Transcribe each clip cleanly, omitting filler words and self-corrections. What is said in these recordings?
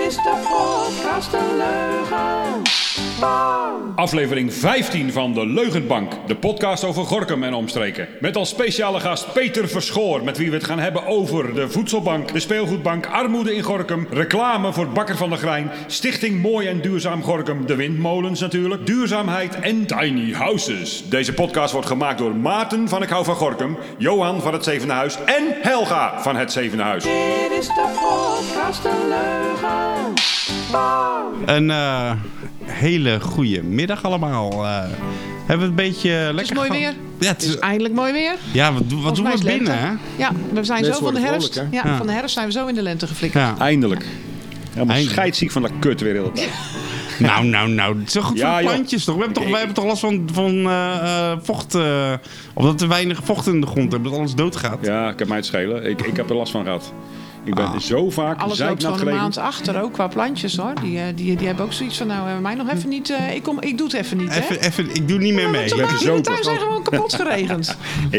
is de podcast een leugen. Aflevering 15 van de Leugenbank, de podcast over Gorinchem en omstreken. Met als speciale gast Peter Verschoor, met wie we het gaan hebben over de voedselbank, de speelgoedbank, armoede in Gorinchem, reclame voor Bakker van der Grijn, Stichting Mooi en Duurzaam Gorinchem, de windmolens natuurlijk, duurzaamheid en tiny houses. Deze podcast wordt gemaakt door Maarten van Ik Hou van Gorinchem, Johan van het Zevende Huis en Helga van het Zevende Huis. Dit is de podcast een leugen. Een hele goede middag allemaal. Hebben we een beetje lekker... Het is mooi weer. Ja, het is eindelijk mooi weer. Ja, wat doen we binnen, hè? Ja, we zijn Mensen zo van de worden herfst. vrolijk, Van de herfst zijn we zo in de lente geflikkerd. Ja. Eindelijk. Helemaal Eindelijk. scheidsziek van dat kut weer de hele tijd. Nou. Het is zo goed Ja, voor joh. plantjes, toch? Wij hebben toch last van vocht... of dat we weinig vocht in de grond hebben, dat alles doodgaat. Ja, ik heb mij het schelen. Ik heb er last van gehad. Ik ben zo vaak Alles loopt zeiknat gewoon een gereden. maand achter, ook qua plantjes hoor. Die hebben ook zoiets van, nou, mij nog even niet... ik doe het even niet, hè? Even, ik doe niet meer mee. De Lekker zopen. tuin zijn gewoon kapot geregend.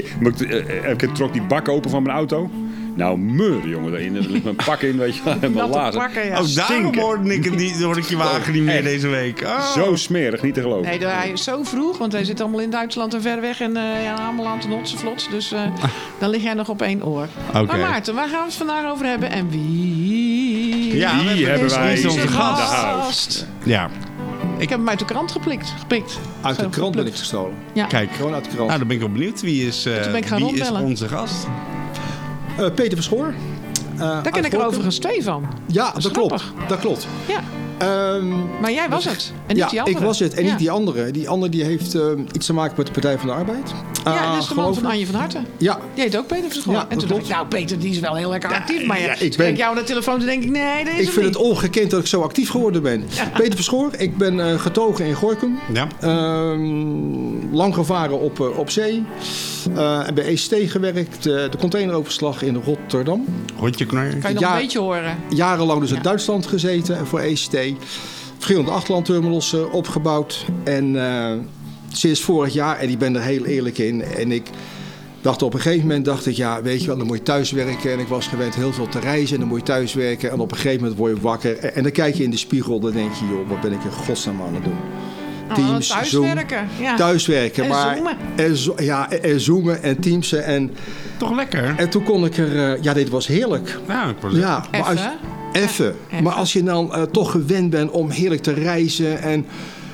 Ik trok die bak open van mijn auto. Nou, meur, jongen. Er ligt mijn pak in, weet je wel. En mijn Natte lazen. pakken, ja. Oh, daarom Stinken. hoorde ik je wagen niet meer Echt. deze week. Oh. Zo smerig, niet te geloven. Nee, hij is zo vroeg, want hij zit allemaal in Duitsland en ver weg. En allemaal aan het hotsenvlots. Dus dan lig jij nog op één oor. Oké. Maar Maarten, waar gaan we het vandaag over hebben? En wie? Ja, Wie hebben wij is onze in de gast? huis? Ja, Ik heb hem uit de krant gepikt. Uit de Zo, krant ben ik geplukt. gestolen. Ja. kijk. Gewoon uit de krant. Nou, dan ben ik wel benieuwd. Wie is ben ik gaan wie is rondbellen. onze gast? Peter Verschoor. Daar ken ik er overigens 2 van. Ja, is dat klopt. grappig. Dat klopt. Ja. Maar jij was het. En niet ja, die andere. ik was het. En Ja. niet die andere. Die andere die heeft iets te maken met de Partij van de Arbeid. Ja, dat is de man geloof van ik. Anje van Harten. Ja. Die heet ook Peter Verschoor. Ja, En dat toen dacht klopt. ik, nou Peter, die is wel heel lekker actief. Maar ja, ik ben- ik jou aan de telefoon, toen denk ik, nee, dat is Ik hem vind niet. het ongekend dat ik zo actief geworden ben. Peter Verschoor. Ik ben getogen in Gorinchem. Ja. Lang gevaren op zee. En bij ECT gewerkt. De containeroverslag in Rotterdam. Rondje knar. Kan je nog Ja. een beetje horen. Jarenlang dus Ja. in Duitsland gezeten voor ECT. Verschillende achterlandterminals opgebouwd. En sinds vorig jaar, en ik ben er heel eerlijk in. En ik dacht op een gegeven moment, ja, weet je wel, dan moet je thuiswerken. En ik was gewend heel veel te reizen en dan moet je thuiswerken. En op een gegeven moment word je wakker. En dan kijk je in de spiegel, dan denk je, joh, wat ben ik in godsnaam aan het doen. Thuiswerken. Ja. Thuiswerken. En maar zoomen. En zoomen en teamsen. Toch lekker? En toen kon ik er, dit was heerlijk. Nou, ik was Ja, maar als, Even. even. Maar als je dan toch gewend bent om heerlijk te reizen. En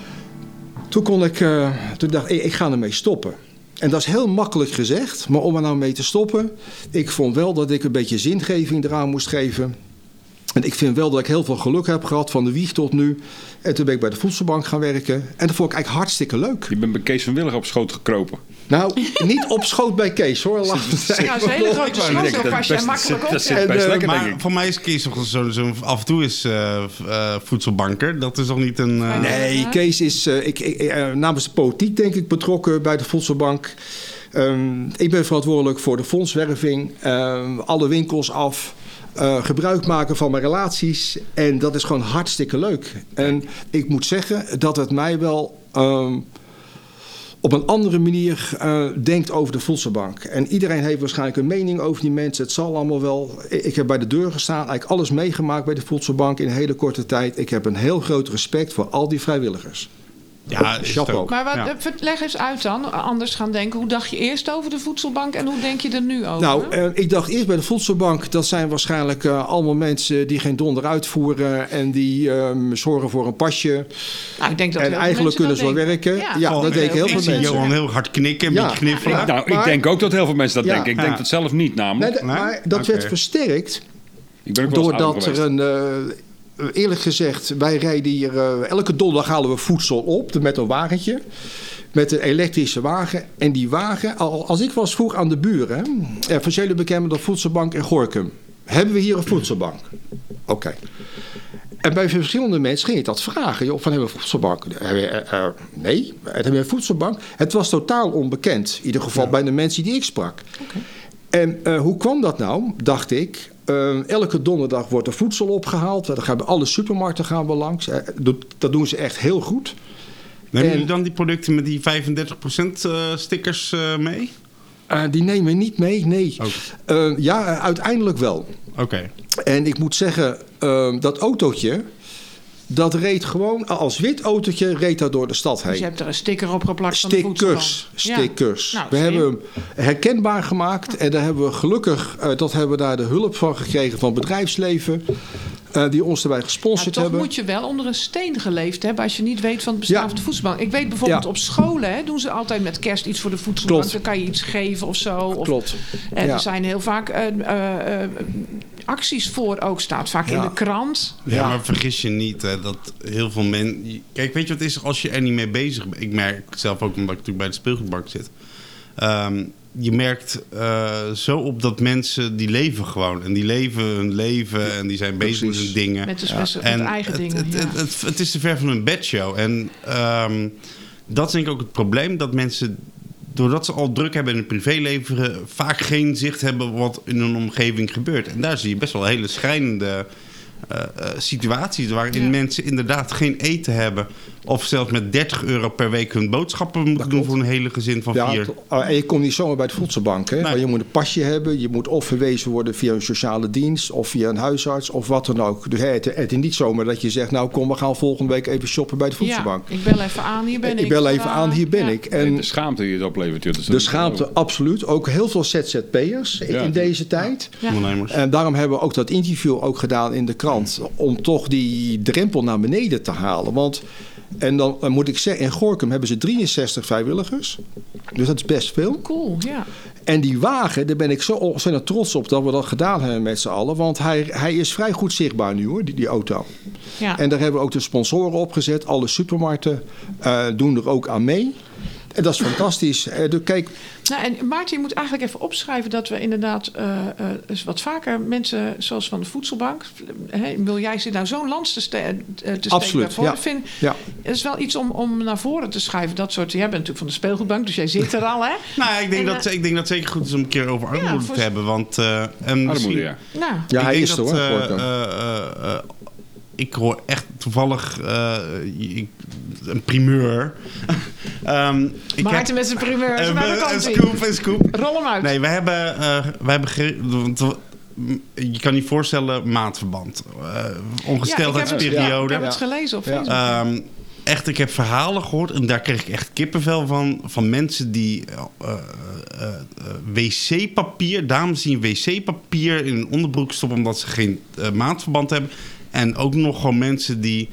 toen dacht ik ga ermee stoppen. En dat is heel makkelijk gezegd. Maar om er nou mee te stoppen. Ik vond wel dat ik een beetje zingeving eraan moest geven. En ik vind wel dat ik heel veel geluk heb gehad van de wieg tot nu. En toen ben ik bij de voedselbank gaan werken. En dat vond ik eigenlijk hartstikke leuk. Je bent bij Kees van Willig op schoot gekropen. Nou, niet op schoot bij Kees hoor. Laat het zeggen. Ja, dat is een hele grote wou net schok. zeggen, Daar pas jij dat makkelijk op. zit Ja. best En, lekker, denk Maar ik. voor mij is Kees toch zo af en toe is voedselbanker. Dat is toch niet een... Nee, Kees is namens de politiek denk ik betrokken bij de voedselbank. Ik ben verantwoordelijk voor de fondswerving, alle winkels af, gebruik maken van mijn relaties. En dat is gewoon hartstikke leuk. En ik moet zeggen dat het mij wel op een andere manier denkt over de voedselbank. En iedereen heeft waarschijnlijk een mening over die mensen. Het zal allemaal wel. Ik heb bij de deur gestaan, eigenlijk alles meegemaakt bij de voedselbank in een hele korte tijd. Ik heb een heel groot respect voor al die vrijwilligers. Ja, is het chapeau. ook. Maar Ja. leg eens uit dan. Anders gaan denken. Hoe dacht je eerst over de voedselbank en hoe denk je er nu over? Nou, ik dacht eerst bij de voedselbank, dat zijn waarschijnlijk allemaal mensen die geen donder uitvoeren en die zorgen voor een pasje. Nou, ik denk dat En heel veel eigenlijk kunnen ze mensen wel dat denken. werken. Ja, Oh, dat denken heel ik veel zie mensen. Johan heel hard knikken, een Ja. beetje kniffelen. Ja. Nou, ik maar- denk ook dat heel veel mensen dat Ja. denken. Ik denk Ja. het zelf niet, namelijk. Nee, maar dat Oké. werd versterkt Ik ben ook wel eens doordat ouder er geweest. eerlijk gezegd, wij rijden hier, elke donderdag halen we voedsel op met een wagentje. Met een elektrische wagen. En die wagen, als ik was vroeg aan de buren, van jullie bekend met de voedselbank in Gorinchem. Hebben we hier een voedselbank? Oké. En bij verschillende mensen ging ik dat vragen. Joh, van hebben we een voedselbank? Nee, hebben we een voedselbank? Het was totaal onbekend. In ieder geval bij de mensen die ik sprak. En hoe kwam dat nou, dacht ik. Elke donderdag wordt er voedsel opgehaald. Dan gaan we alle supermarkten gaan we langs. Dat doen ze echt heel goed. Nemen En- jullie dan die producten met die 35% stickers mee? Die nemen we niet mee, nee. Oh. Ja, uiteindelijk wel. Oké. En ik moet zeggen, dat autootje, dat reed gewoon als wit autootje reed dat door de stad heen. Dus je hebt er een sticker op geplakt van de voedselbank. Stickers. Ja. Nou, we hebben hem herkenbaar gemaakt. En daar hebben we gelukkig daar de hulp van gekregen van het bedrijfsleven. Die ons erbij gesponsord toch hebben. Moet je wel onder een steen geleefd hebben als je niet weet van het bestaan van de voedselbank. Ik weet bijvoorbeeld op scholen doen ze altijd met kerst iets voor de voedselbank. Klopt. Dan kan je iets geven of zo. Klopt. Er zijn heel vaak acties voor ook. Staat vaak in de krant. Ja, maar vergis je niet dat heel veel mensen... Kijk, weet je wat het is als je er niet mee bezig bent? Ik merk zelf ook omdat ik natuurlijk bij de speelgoedbank zit. Je merkt zo op dat mensen die leven gewoon. En die leven hun leven en die zijn bezig met hun dingen. Met eigen dingen. Het is te ver van hun bedshow. En dat is denk ik ook het probleem. Dat mensen, doordat ze al druk hebben in hun privéleven, vaak geen zicht hebben wat in hun omgeving gebeurt. En daar zie je best wel hele schrijnende situaties waarin mensen inderdaad geen eten hebben. Of zelfs met €30 per week hun boodschappen moeten doen voor een hele gezin van 4. En je komt niet zomaar bij de voedselbank. Hè? Nee. Maar je moet een pasje hebben. Je moet of verwezen worden via een sociale dienst of via een huisarts of wat dan ook. Dus het is niet zomaar dat je zegt, nou kom, we gaan volgende week even shoppen bij de voedselbank. Ja, ik bel even aan, hier ben ik. Ik bel even aan, hier ben ik. En de schaamte die het oplevert. de schaamte, absoluut. Ook heel veel ZZP'ers in deze tijd. Ja. Ondernemers. En daarom hebben we ook dat interview ook gedaan in de krant. Om toch die drempel naar beneden te halen. Want, en dan moet ik zeggen, in Gorinchem hebben ze 63 vrijwilligers. Dus dat is best veel. Cool, ja. En die wagen, daar ben ik zo ontzettend trots op dat we dat gedaan hebben met z'n allen. Want hij is vrij goed zichtbaar nu hoor, die auto. Ja. En daar hebben we ook de sponsoren opgezet. Alle supermarkten doen er ook aan mee. En dat is fantastisch. Kijk, Nou, en Maarten, je moet eigenlijk even opschrijven dat we inderdaad dus wat vaker mensen zoals van de voedselbank. Wil jij ze nou zo'n lans te steken? Absoluut, daarvoor? ja. Ik vind, Ja. het is wel iets om naar voren te schrijven. Dat soort. Jij bent natuurlijk van de speelgoedbank, dus jij zit er al, hè? Nou ja, ik denk dat het zeker goed is om een keer over armoede te hebben. Want, Armoede, ja. Nou, ja, hij denk is er dat, hoor. ik hoor echt toevallig een primeur. Maarten met zijn primeur. Een scoop. Rol hem uit. Nee, wij hebben je kan je voorstellen, maandverband. Ongesteldheidsperiode. Ik heb het gelezen op Facebook. Echt, ik heb verhalen gehoord en daar kreeg ik echt kippenvel van mensen die wc-papier, dames die een wc-papier in een onderbroek stoppen omdat ze geen maandverband hebben. En ook nog gewoon mensen die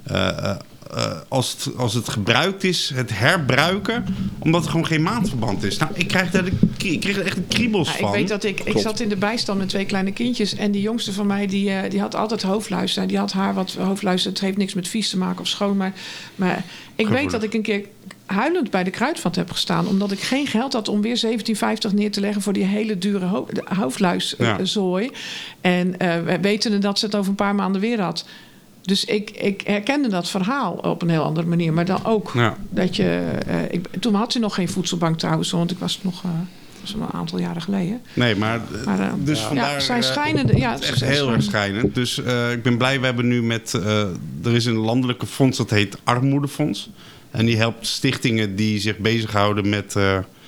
als het gebruikt is, het herbruiken, omdat er gewoon geen maandverband is. Nou, ik kreeg er echt kriebels van. Ik weet dat ik zat in de bijstand met 2 kleine kindjes en die jongste van mij die had altijd hoofdluister. Die had haar wat hoofdluister. Het heeft niks met vies te maken of schoon, maar ik weet dat ik een keer huilend bij de kruidvat heb gestaan, omdat ik geen geld had om weer €17,50 neer te leggen voor die hele dure hoofdluiszooi. En wetende dat ze het over een paar maanden weer had. Dus ik herkende dat verhaal op een heel andere manier. Maar dan ook dat je... toen had ze nog geen voedselbank trouwens, want ik was nog... dat is een aantal jaren geleden. Nee, maar dus vandaar... zijn schijnende... het is echt heel erg schijnend. Dus ik ben blij, we hebben nu met... er is een landelijke fonds, dat heet Armoedefonds. En die helpt stichtingen die zich bezighouden met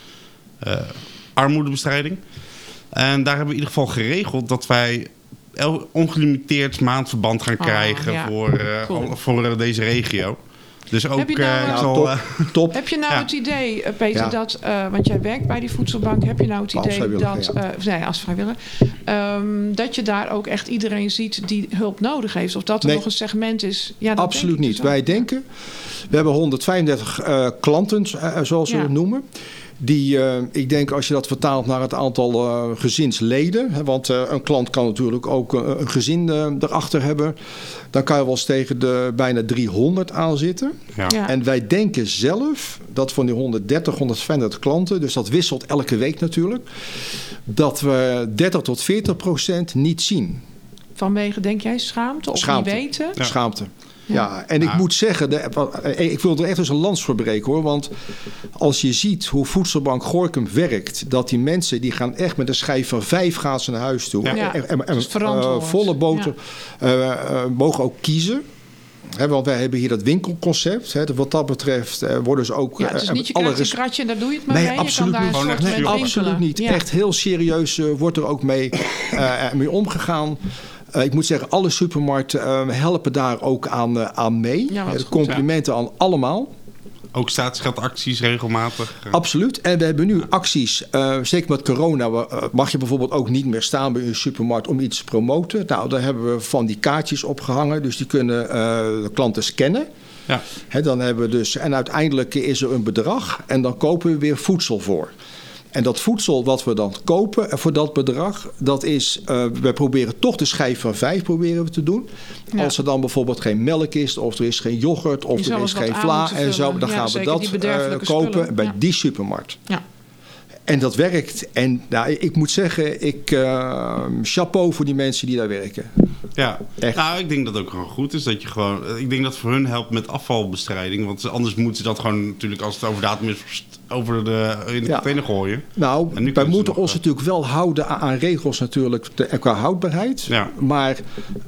armoedebestrijding. En daar hebben we in ieder geval geregeld dat wij ongelimiteerd maandverband gaan krijgen voor deze regio. Dus ook... Heb je nou, top. Heb je nou het idee, Peter, dat... want jij werkt bij die voedselbank. Heb je nou het idee dat... als vrijwilliger. Dat je daar ook echt iedereen ziet die hulp nodig heeft? Of dat er nog een segment is? Ja, dat absoluut niet. Dus wij denken... We hebben 135 klanten, zoals we het noemen. Die, ik denk als je dat vertaalt naar het aantal gezinsleden. Hè, want een klant kan natuurlijk ook een gezin erachter hebben. Dan kan je wel eens tegen de bijna 300 aan zitten. Ja. Ja. En wij denken zelf dat van die 135 klanten... dus dat wisselt elke week natuurlijk... dat we 30-40% niet zien. Vanwege, denk jij, schaamte? Of Schaamte. niet weten? Ja. Schaamte. Ja, en ik moet zeggen, ik wil er echt eens een lans voor breken hoor. Want als je ziet hoe Voedselbank Gorinchem werkt, dat die mensen die gaan echt met een schijf van 5 gaan ze naar huis toe. Ja. En volle boter mogen ook kiezen. Want wij hebben hier dat winkelconcept. Wat dat betreft worden ze ook... Ja, het is niet je krijgt een kratje en daar doe je het maar mee. Absoluut je kan daar niet. een soort Absoluut niet. Ja. Echt heel serieus wordt er ook mee omgegaan. Ik moet zeggen, alle supermarkten helpen daar ook aan mee. Ja, wat goed, complimenten aan allemaal. Ook staatsgeldacties regelmatig. Absoluut. En we hebben nu acties, zeker met corona, mag je bijvoorbeeld ook niet meer staan bij een supermarkt om iets te promoten. Nou, daar hebben we van die kaartjes opgehangen, dus die kunnen de klanten scannen. Ja. Dan hebben we dus, en uiteindelijk is er een bedrag en dan kopen we weer voedsel voor. En dat voedsel wat we dan kopen voor dat bedrag, dat is, we proberen toch de schijf van 5 proberen we te doen. Ja. Als er dan bijvoorbeeld geen melk is, of er is geen yoghurt, of er is geen vla en zo, dan gaan we dat kopen bij die supermarkt. Ja. En dat werkt. En nou, ik moet zeggen, chapeau voor die mensen die daar werken. Ja, echt. Nou, ik denk dat het ook gewoon goed is dat je gewoon. Ik denk dat het voor hun helpt met afvalbestrijding. Want anders moeten ze dat gewoon natuurlijk als het over datum is in de container gooien. Nou, wij moeten ons natuurlijk wel houden aan regels natuurlijk qua houdbaarheid. Ja. Maar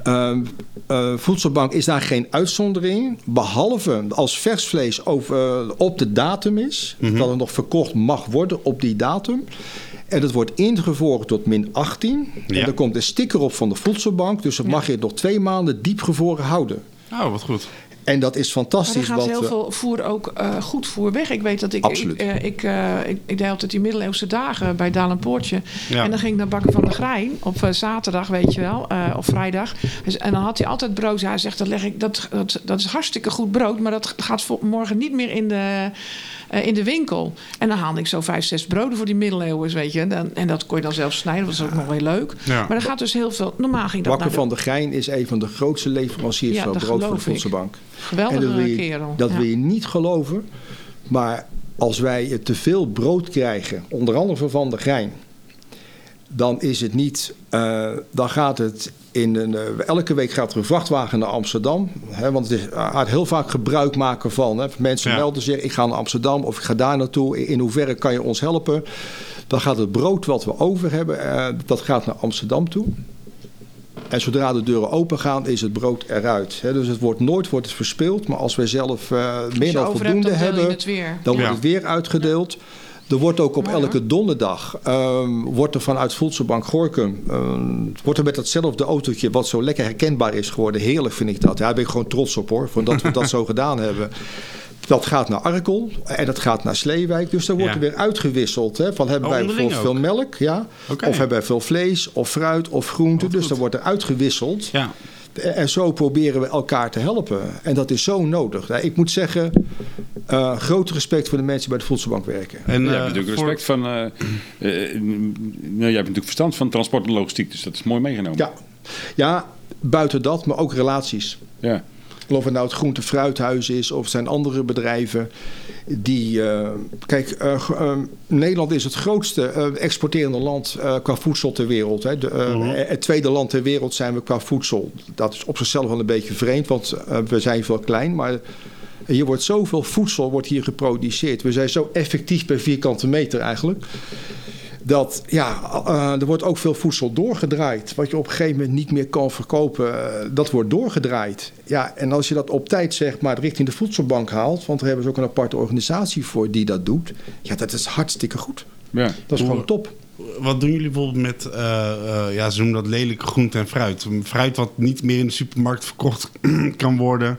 Voedselbank is daar geen uitzondering. Behalve als vers vlees op de datum is. Mm-hmm. Dat het nog verkocht mag worden op die datum. En dat wordt ingevroren tot -18. Ja. En er komt een sticker op van de Voedselbank. Dus dat mag je nog 2 maanden diepgevroren houden. Oh, wat goed. En dat is fantastisch. Maar er gaat heel veel voer ook goed voer weg. Ik weet dat ik deed altijd die middeleeuwse dagen bij Dalenpoortje. Ja. En dan ging ik naar Bakker van der Grijn op zaterdag, weet je wel, of vrijdag. En dan had hij altijd brood. Hij zegt, dat is hartstikke goed brood, maar dat gaat morgen niet meer in de winkel. En dan haalde ik zo 5, 6 broden voor die middeleeuwers, weet je. En dat kon je dan zelf snijden. Dat was ook nog heel leuk. Ja. Maar er gaat dus heel veel. Normaal ging dat Bakker van der Grijn is een van de grootste leveranciers van brood voor de Voedselbank. Geweldige kerel. Dat wil je niet geloven. Maar als wij te veel brood krijgen, onder andere van der Grijn, dan is het niet. Dan gaat het elke week gaat er een vrachtwagen naar Amsterdam. Want het is heel vaak gebruik maken van. Mensen melden zich, ik ga naar Amsterdam of ik ga daar naartoe. In hoeverre kan je ons helpen? Dan gaat het brood wat we over hebben, dat gaat naar Amsterdam toe. En zodra de deuren open gaan, is het brood eruit. Dus het wordt nooit verspild. Maar als wij zelf meer dan voldoende hebben, dan wordt het weer uitgedeeld. Er wordt ook op elke donderdag wordt er vanuit Voedselbank Gorinchem wordt er met datzelfde autootje wat zo lekker herkenbaar is geworden. Heerlijk vind ik dat. Ja, daar ben ik gewoon trots op hoor. Van dat we dat zo gedaan hebben. Dat gaat naar Arkel en dat gaat naar Sleewijk. Dus daar wordt er weer uitgewisseld. Van hebben wij bijvoorbeeld veel melk, ja? Okay. Of hebben wij veel vlees of fruit of groente. Dus daar wordt er uitgewisseld. Ja. En zo proberen we elkaar te helpen. En dat is zo nodig. Ik moet zeggen, groot respect voor de mensen die bij de Voedselbank werken. En je hebt natuurlijk respect van. Je hebt natuurlijk verstand van transport en logistiek, dus dat is mooi meegenomen. Ja, buiten dat, maar ook relaties. Ja. Of het nou het groente- fruithuis is of het zijn andere bedrijven die. Nederland is het grootste exporterende land qua voedsel ter wereld. Hè. Het tweede land ter wereld zijn we qua voedsel. Dat is op zichzelf wel een beetje vreemd, want we zijn veel klein, maar hier wordt zoveel voedsel geproduceerd. We zijn zo effectief per vierkante meter eigenlijk. Dat er wordt ook veel voedsel doorgedraaid. Wat je op een gegeven moment niet meer kan verkopen, dat wordt doorgedraaid. Ja, en als je dat op tijd zeg maar richting de Voedselbank haalt, want daar hebben ze ook een aparte organisatie voor die dat doet. Ja, dat is hartstikke goed. Ja. Dat is gewoon top. Wat doen jullie bijvoorbeeld met, ze noemen dat lelijke groente en fruit. Fruit wat niet meer in de supermarkt verkocht kan worden.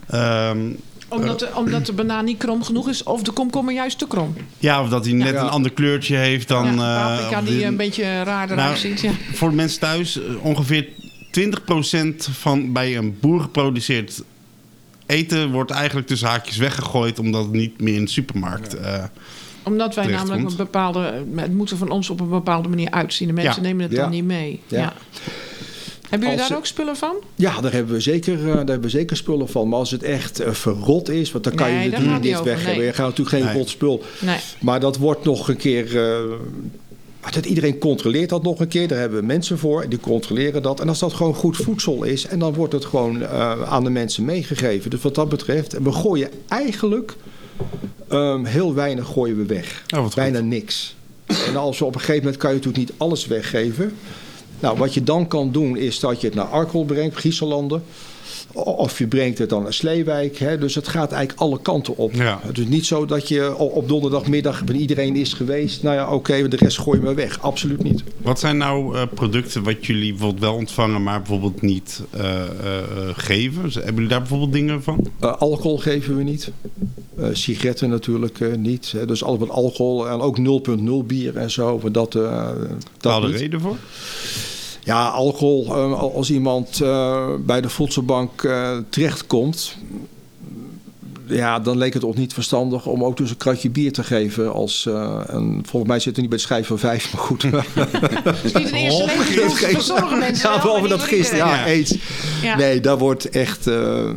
Omdat de banaan niet krom genoeg is of de komkommer juist te krom. Ja, of dat hij net een ander kleurtje heeft dan. Paprika die een beetje raar eruit ziet. Ja. Voor de mensen thuis, ongeveer 20% van bij een boer geproduceerd eten wordt eigenlijk tussen haakjes weggegooid, omdat het niet meer in de supermarkt. Omdat wij namelijk het moet er van ons op een bepaalde manier uitzien. De mensen nemen het dan niet mee. Ja. Hebben jullie daar ook spullen van? Ja, daar hebben we zeker spullen van. Maar als het echt verrot is, want dan kan je natuurlijk niet weg hebben. Je gaat natuurlijk geen rot spul. Nee. Maar dat wordt nog een keer. Iedereen controleert dat nog een keer. Daar hebben we mensen voor. Die controleren dat. En als dat gewoon goed voedsel is. En dan wordt het gewoon aan de mensen meegegeven. Dus wat dat betreft. We gooien eigenlijk. Heel weinig gooien we weg. Bijna niks. En als we op een gegeven moment kan je natuurlijk niet alles weggeven. Nou, wat je dan kan doen is dat je het naar Arkel brengt, Griezenlanden. Of je brengt het dan naar Sleewijk. Hè? Dus het gaat eigenlijk alle kanten op. Ja. Het is niet zo dat je op donderdagmiddag... wanneer iedereen is geweest... nou ja, oké, de rest gooi je maar weg. Absoluut niet. Wat zijn nou producten wat jullie bijvoorbeeld wel ontvangen... maar bijvoorbeeld niet geven? Hebben jullie daar bijvoorbeeld dingen van? Alcohol geven we niet. Sigaretten natuurlijk niet. Hè? Dus alles met alcohol en ook 0,0 bier en zo. Dat Bepaalde niet. reden voor? Ja, alcohol. Als iemand bij de voedselbank terechtkomt... ja, dan leek het ons niet verstandig om ook dus een kratje bier te geven. Volgens mij zit er niet bij de schijf van 5, maar goed. Dat is niet de eerste levensbehoefte van sommige mensen. Ja, behalve dat gisteren. Ja, eens. Ja. Nee, daar wordt echt...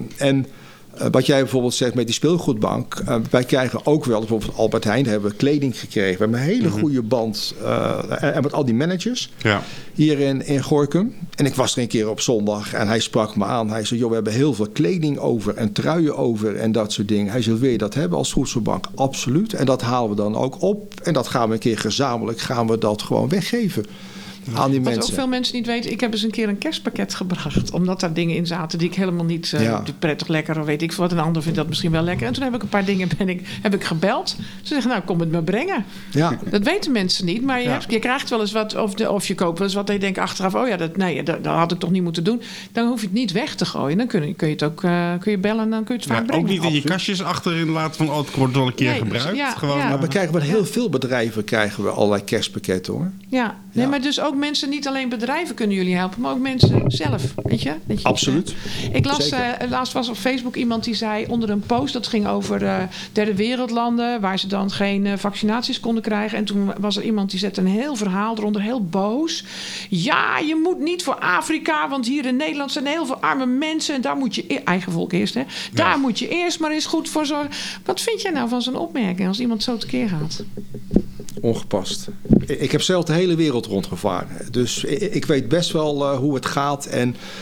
wat jij bijvoorbeeld zegt met die speelgoedbank. Wij krijgen ook wel, bijvoorbeeld van Albert Heijn hebben we kleding gekregen. We hebben een hele goede band. En met al die managers hier in Gorinchem. En ik was er een keer op zondag en hij sprak me aan. Hij zei, joh, we hebben heel veel kleding over en truien over en dat soort dingen. Hij zei, wil je dat hebben als voedselbank? Absoluut. En dat halen we dan ook op. En dat gaan we een keer gezamenlijk, gaan we dat gewoon weggeven. Aan die Wat mensen. ook veel mensen niet weten, ik heb eens een keer een kerstpakket gebracht. Omdat daar dingen in zaten die ik helemaal niet prettig lekker of weet ik veel wat. Een ander vindt dat misschien wel lekker. En toen heb ik een paar dingen heb ik gebeld. Ze zeggen, nou kom het me brengen. Ja. Dat weten mensen niet. Maar je krijgt wel eens wat, of je koopt wel eens wat. En je denkt achteraf, oh ja, dat had ik toch niet moeten doen. Dan hoef je het niet weg te gooien. Dan kun je het ook kun je bellen en dan kun je het vaak brengen. Ook niet in je kastjes achterin laten van, het wordt wel een keer gebruikt. Ja, Gewoon, Maar we krijgen bij heel veel bedrijven krijgen we allerlei kerstpakketten hoor. Ja, nee, maar dus ook mensen, niet alleen bedrijven kunnen jullie helpen, maar ook mensen zelf, weet je? Dat je Absoluut. Ik las, laatst was op Facebook iemand die zei onder een post, dat ging over derde wereldlanden, waar ze dan geen vaccinaties konden krijgen. En toen was er iemand die zette een heel verhaal eronder, heel boos. Ja, je moet niet voor Afrika, want hier in Nederland zijn heel veel arme mensen en daar moet je, eigen volk eerst, hè? Daar moet je eerst maar eens goed voor zorgen. Wat vind jij nou van zo'n opmerking als iemand zo tekeer gaat? Ongepast. Ik heb zelf de hele wereld rondgevaren. Dus ik weet best wel hoe het gaat.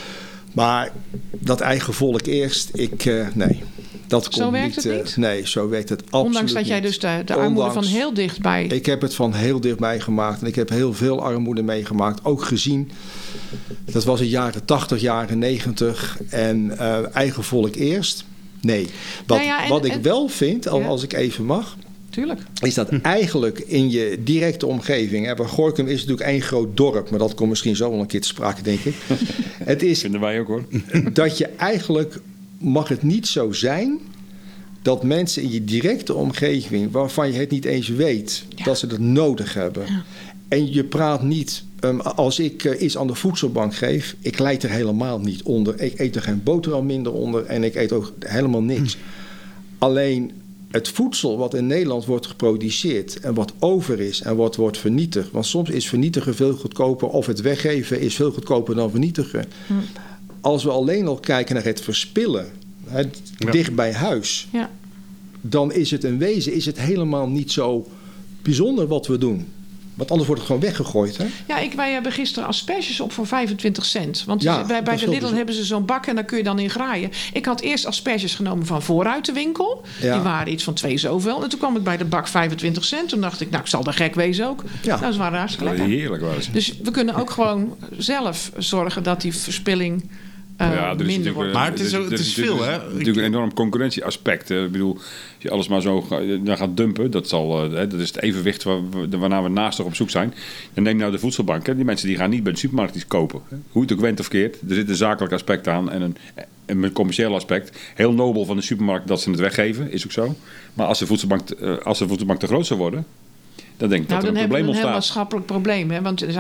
Maar dat eigen volk eerst, nee. Dat komt zo werkt niet, het niet? Nee, zo werkt het absoluut Ondanks dat jij dus de armoede van heel dichtbij... Ik heb het van heel dichtbij gemaakt. En ik heb heel veel armoede meegemaakt. Ook gezien. Dat was in de jaren 80, jaren 90. En eigen volk eerst. Nee. Wat ik wel vind, als ik even mag... Tuurlijk. Is dat eigenlijk in je directe omgeving... Gorinchem is natuurlijk één groot dorp... maar dat komt misschien zo wel een keer te sprake, denk ik. Het is vinden wij ook, hoor. Dat je eigenlijk... mag het niet zo zijn... dat mensen in je directe omgeving... waarvan je het niet eens weet... dat ze dat nodig hebben. Ja. En je praat niet... als ik iets aan de voedselbank geef... ik lijd er helemaal niet onder. Ik eet er geen boterham minder onder... en ik eet ook helemaal niks. Alleen... het voedsel wat in Nederland wordt geproduceerd... en wat over is en wat wordt vernietigd... want soms is vernietigen veel goedkoper... of het weggeven is veel goedkoper dan vernietigen. Als we alleen al kijken naar het verspillen... dicht bij huis... dan is het in wezen helemaal niet zo bijzonder wat we doen... Want anders wordt het gewoon weggegooid, hè? Ja, wij hebben gisteren asperges op voor 25 cent. Want bij de Lidl hebben ze zo'n bak en daar kun je dan in graaien. Ik had eerst asperges genomen van vooruit de winkel. Ja. Die waren iets van 2 zoveel. En toen kwam ik bij de bak 25 cent. Toen dacht ik, ik zal er gek wezen ook. Ja. Nou, ze waren hartstikke lekker. Heerlijk was het. Dus we kunnen ook gewoon zelf zorgen dat die verspilling... minder wordt. Maar het is veel, hè? Het is natuurlijk een enorm concurrentieaspect. Ik bedoel, als je alles maar zo gaat dumpen, dat is het evenwicht waarnaar we naast op zoek zijn. Dan neem nou de voedselbanken. Die mensen die gaan niet bij de supermarkt iets kopen. Hoe het ook went of keert. Er zit een zakelijk aspect aan en een commercieel aspect. Heel nobel van de supermarkt dat ze het weggeven, is ook zo. Maar als de voedselbank te groot zou worden... dan denk ik dat er een probleem ontstaat. Een heel maatschappelijk probleem. Hè? Want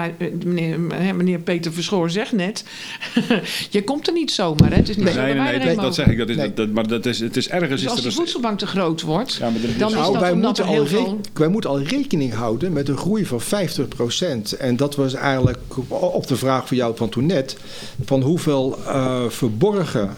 meneer Peter Verschoor zegt net... je komt er niet zomaar. Hè? Het is niet nee, dat zeg ik. Maar het is ergens... Dus als de voedselbank te groot wordt... Ja, dan is dat omdat er heel veel... Wij moeten al rekening houden met een groei van 50%. En dat was eigenlijk op de vraag van jou van toen net... van hoeveel verborgen...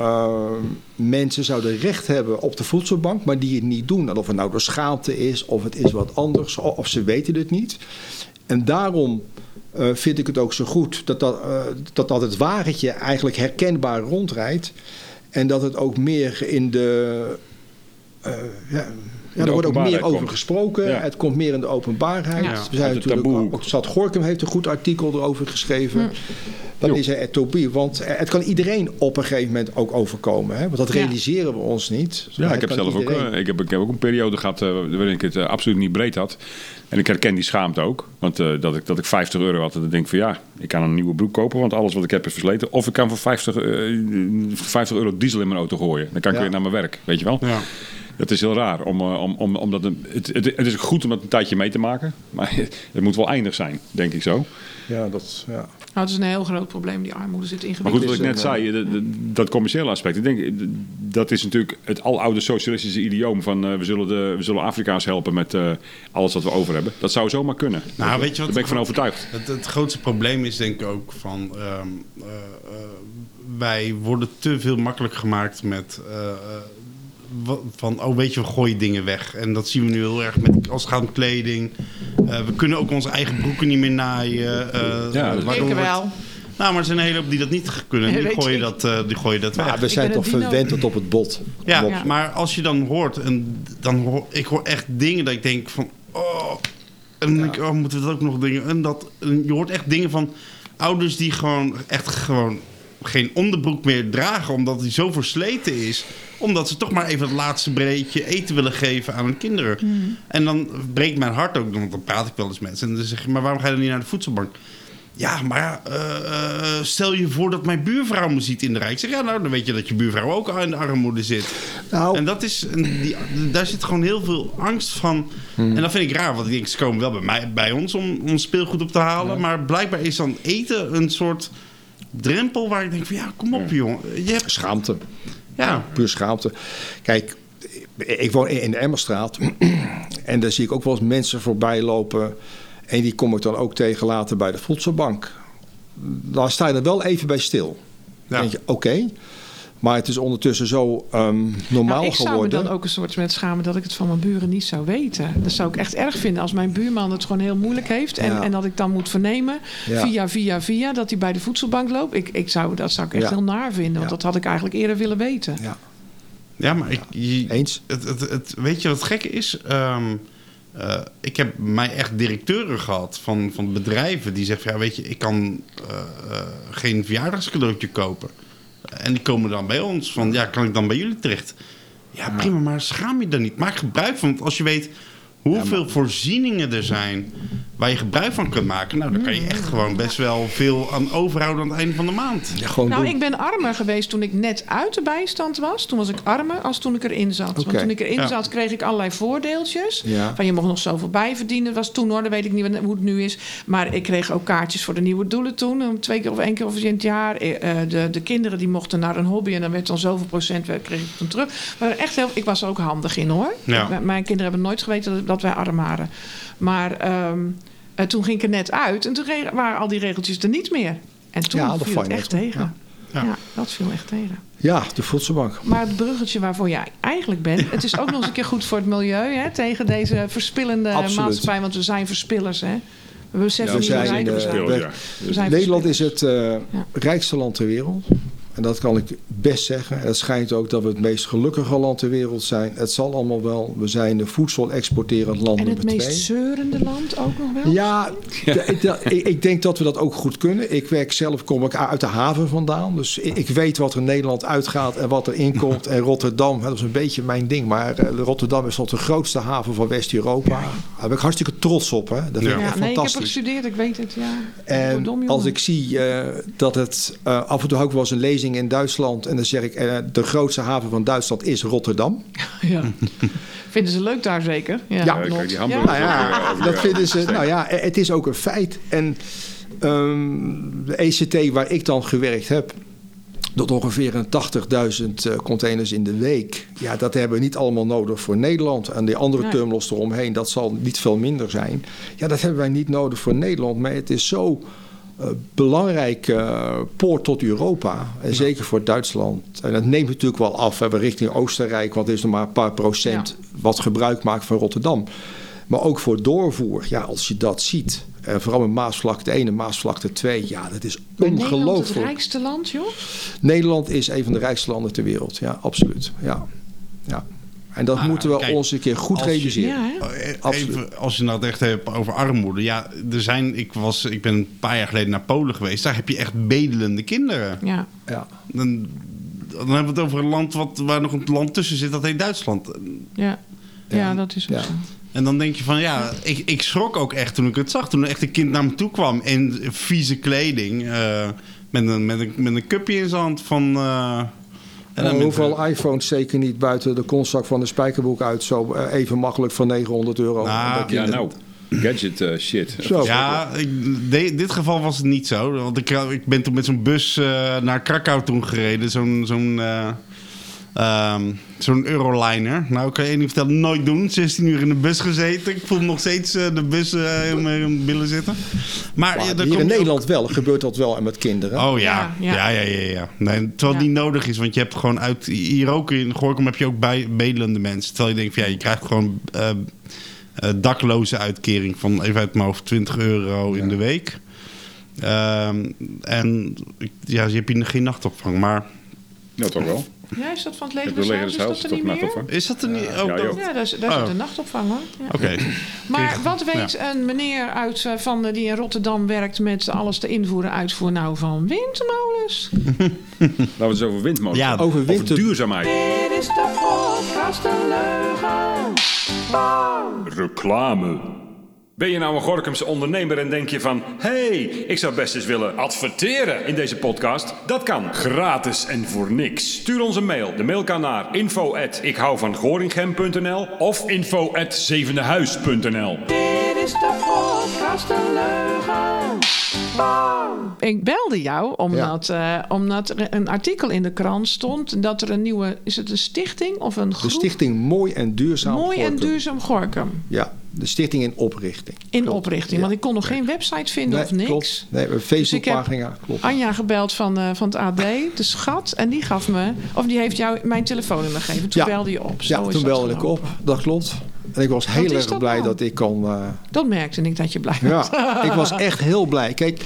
mensen zouden recht hebben op de voedselbank, maar die het niet doen. En of het nou door schaamte is, of het is wat anders, of ze weten het niet. En daarom vind ik het ook zo goed dat het wagentje eigenlijk herkenbaar rondrijdt. En dat het ook meer in de de er wordt ook meer openbaarheid over gesproken. Ja. Het komt meer in de openbaarheid. Ja. We zijn Uit het natuurlijk taboe. ook Stad Gorinchem heeft een goed artikel erover geschreven. Dan Jo. is er taboo. Want het kan iedereen op een gegeven moment ook overkomen. Hè? Want dat realiseren we ons niet. Ja, Maar ik heb het kan zelf ook, iedereen. ik heb ook een periode gehad waarin ik het absoluut niet breed had. En ik herken die schaamte ook. Want dat ik €50 had, en dan denk ik van ja, ik kan een nieuwe broek kopen, want alles wat ik heb is versleten. Of ik kan voor €50 diesel in mijn auto gooien. Dan kan ik Ja. weer naar mijn werk, weet je wel. Ja. Dat is heel raar, omdat het is goed om dat een tijdje mee te maken. Maar het moet wel eindig zijn, denk ik zo. Ja, dat... Ja. Nou, het is een heel groot probleem, die armoede zit Maar ingewikkeld. goed, wat ik net zei, dat commerciële aspect. Ik denk, dat is natuurlijk het aloude socialistische idioom van we zullen Afrika's helpen met alles wat we over hebben. Dat zou zomaar kunnen. Nou, weet je wat? Daar ben ik van overtuigd. Het grootste probleem is denk ik ook van... wij worden te veel makkelijk gemaakt met... van, weet je, we gooien dingen weg. En dat zien we nu heel erg als het gaat om kleding. We kunnen ook onze eigen broeken niet meer naaien. Ik wel. Nou, maar er zijn een hele hoop die dat niet kunnen. Ja, Die weet gooien je. die gooien dat weg. Maar we zijn ben toch een dino. verwend tot op het bot. Ja, Kom op. Ja. maar als je dan hoort... ik hoor echt dingen dat ik denk van... Oh, en dan denk ik, moeten we dat ook nog dingen... En je hoort echt dingen van ouders die gewoon geen onderbroek meer dragen... omdat die zo versleten is... omdat ze toch maar even het laatste breedje eten willen geven aan hun kinderen. En dan breekt mijn hart ook... want dan praat ik wel eens met mensen... en dan zeg je, maar waarom ga je dan niet naar de voedselbank? Ja, maar stel je voor dat mijn buurvrouw me ziet in de rij. Ik zeg, ja, nou, dan weet je dat je buurvrouw ook al in de armoede zit. Nou, En dat is, daar zit gewoon heel veel angst van. En dat vind ik raar, want ik denk, ze komen wel bij ons om speelgoed op te halen. Maar blijkbaar is dan eten een soort drempel waar ik denk van, ja, kom op, jongen. Je hebt... schaamte. Ja, Puur schaamte. Kijk, ik woon in de Emmerstraat. En daar zie ik ook wel eens mensen voorbij lopen. En die kom ik dan ook tegen later bij de voedselbank. Daar sta je er wel even bij stil. Dan denk je, oké. Maar het is ondertussen zo normaal Nou, ik zou me geworden. dan ook een soort met schamen dat ik het van mijn buren niet zou weten. Dat zou ik echt erg vinden als mijn buurman het gewoon heel moeilijk heeft. En dat ik dan moet vernemen, via, dat hij bij de voedselbank loopt. Dat zou ik echt heel naar vinden. Want dat had ik eigenlijk eerder willen weten. Ja. ja, maar Eens? weet je wat het gekke is? Ik heb mij echt directeuren gehad van bedrijven die zeggen... ja, weet je, ik kan geen verjaardagscadeautje kopen. En die komen dan bij ons van... ja, kan ik dan bij jullie terecht? Ja, prima, maar schaam je daar niet. Maak gebruik van, want als je weet... hoeveel voorzieningen er zijn waar je gebruik van kunt maken... nou, dan kan je echt gewoon best wel veel aan overhouden aan het einde van de maand. Ja, gewoon Nou, doen. ik ben armer geweest toen ik net uit de bijstand was. Toen was ik armer als toen ik erin zat. Oké. Want toen ik erin Ja. zat, kreeg ik allerlei voordeeltjes. Ja. Van je mocht nog zoveel bijverdienen. Dat was toen hoor, dan weet ik niet hoe het nu is. Maar ik kreeg ook kaartjes voor de nieuwe doelen toen. 2 keer of 1 keer in het jaar. De kinderen die mochten naar een hobby. En dan werd dan zoveel procent, kreeg ik dan terug. Maar echt ik was er ook handig in hoor. Ja. Mijn kinderen hebben nooit geweten dat wij arm waren. Maar toen ging ik er net uit. En toen waren al die regeltjes er niet meer. En toen Ja, dat viel val het je echt net. tegen. Ja. Ja, dat viel echt tegen. Ja, de voedselbank. Maar het bruggetje waarvoor jij eigenlijk bent... het is ook nog eens een keer goed voor het milieu... Hè, tegen deze verspillende Absoluut. maatschappij. Want we zijn verspillers, hè. We beseffen we niet hoe zijn, rijk we zijn. Verspillers, we- ja. We zijn Nederland is verspillers. het rijkste land ter wereld. En dat kan ik best zeggen. En het schijnt ook dat we het meest gelukkige land ter wereld zijn. Het zal allemaal wel. We zijn de voedsel-exporterend land En het nummer 2. meest zeurende land ook nog wel? Ja, ik denk dat we dat ook goed kunnen. Ik werk zelf, kom ik uit de haven vandaan. Dus ik weet wat er in Nederland uitgaat en wat er inkomt. En Rotterdam, dat is een beetje mijn ding. Maar Rotterdam is tot de grootste haven van West-Europa. Daar ben ik hartstikke trots op. Hè. Dat vind ik echt Nee, ik heb er fantastisch. gestudeerd, ik weet het, ja. En Godom, jongen. als ik zie dat het af en toe ook wel eens een lezing in Duitsland. En dan zeg ik, de grootste haven van Duitsland is Rotterdam. Ja. Vinden ze leuk daar zeker? Ja, kijk, die Ja. hamburgers. Nou ja, dat vinden ze. Nou ja, het is ook een feit. En de ECT waar ik dan gewerkt heb, tot ongeveer 80.000 containers in de week. Ja, dat hebben we niet allemaal nodig voor Nederland. En die andere Nee. terminals eromheen, dat zal niet veel minder zijn. Ja, dat hebben wij niet nodig voor Nederland. Maar het is zo belangrijk poort tot Europa. En zeker voor Duitsland. En dat neemt natuurlijk wel af. We richting Oostenrijk, want er is nog maar een paar procent wat gebruik maakt van Rotterdam. Maar ook voor doorvoer. Ja, als je dat ziet. Vooral met Maasvlakte 1 en Maasvlakte 2. Ja, dat is Maar Nederland het ongelooflijk. rijkste land, joh? Nederland is een van de rijkste landen ter wereld. Ja, absoluut. Ja. Ja. En dat moeten we kijk, ons een keer goed realiseren. Ja, hè? Absoluut. Even, als je nou het echt hebt over armoede. Ja, ik ben een paar jaar geleden naar Polen geweest. Daar heb je echt bedelende kinderen. Ja. Ja. Dan hebben we het over een land waar nog een land tussen zit. Dat heet Duitsland. Ja, dat is ook Ja. zo. En dan denk je van ik schrok ook echt toen ik het zag. Toen er echt een kind naar me toe kwam in vieze kleding. Met een cupje in zijn hand van... en dan hoeveel iPhones zeker niet buiten de konstzak van de spijkerbroek uit... zo even makkelijk voor €900. Nou, Ja, nou, gadget shit. Zo. Ja, in dit geval was het niet zo. Want ik ben toen met zo'n bus naar Krakau toen gereden. Zo'n Euroliner. Nou, ik kan je één ding vertellen, nooit doen. 16 uur in de bus gezeten. Ik voel nog steeds de bus in mijn billen zitten. Maar Hier in Nederland wel. Gebeurt dat wel met kinderen. Oh ja. Ja. Ja. Nee, terwijl het niet nodig is. Want je hebt gewoon hier ook in Gorinchem heb je ook bedelende mensen. Terwijl je denkt van je krijgt gewoon dakloze uitkering van even uit mijn hoofd €20 in de week. En je hebt hier geen nachtopvang. Maar Ja, toch wel. Ja, is dat van het Het Leger des Heils? Is Leger dat er niet meer? is dat er niet? Ja, joh. Ja, daar zit een nachtopvang hoor. Ja. Oké. Maar wat weet een meneer die in Rotterdam werkt met alles te invoeren, uitvoeren nou van windmolens? Laten we het eens over windmolens. Ja, Over Over duurzaamheid. Dit is de podcast De Leugen. Reclame. Ben je nou een Gorinchemse ondernemer en denk je van... hey, ik zou best eens willen adverteren in deze podcast? Dat kan. Gratis en voor niks. Stuur ons een mail. De mail kan naar info@ikhouvanGorinchem.nl of info@zevendehuis.nl. Dit is de podcast De Leugen. Ik belde jou omdat er een artikel in de krant stond dat er een nieuwe, is het een stichting of een groep? De stichting Mooi en Duurzaam Mooi en Gorinchem. duurzaam Gorinchem. Ja, de stichting in oprichting. In Klopt. oprichting, Ja. want ik kon nog geen website vinden of niks. Klopt. Nee, een Dus ik heb Facebookpagina. Klopt. Anja gebeld van het AD, de schat, en die gaf me, of die heeft jou mijn telefoonnummer gegeven. Toen Ja. belde je op. Zo Ja, is toen dat belde ik gelopen. op. Dat klopt. En ik was heel is erg dat blij nou? dat ik kon... Dat merkte ik dat je blij was. Ja, ik was echt heel blij. Kijk,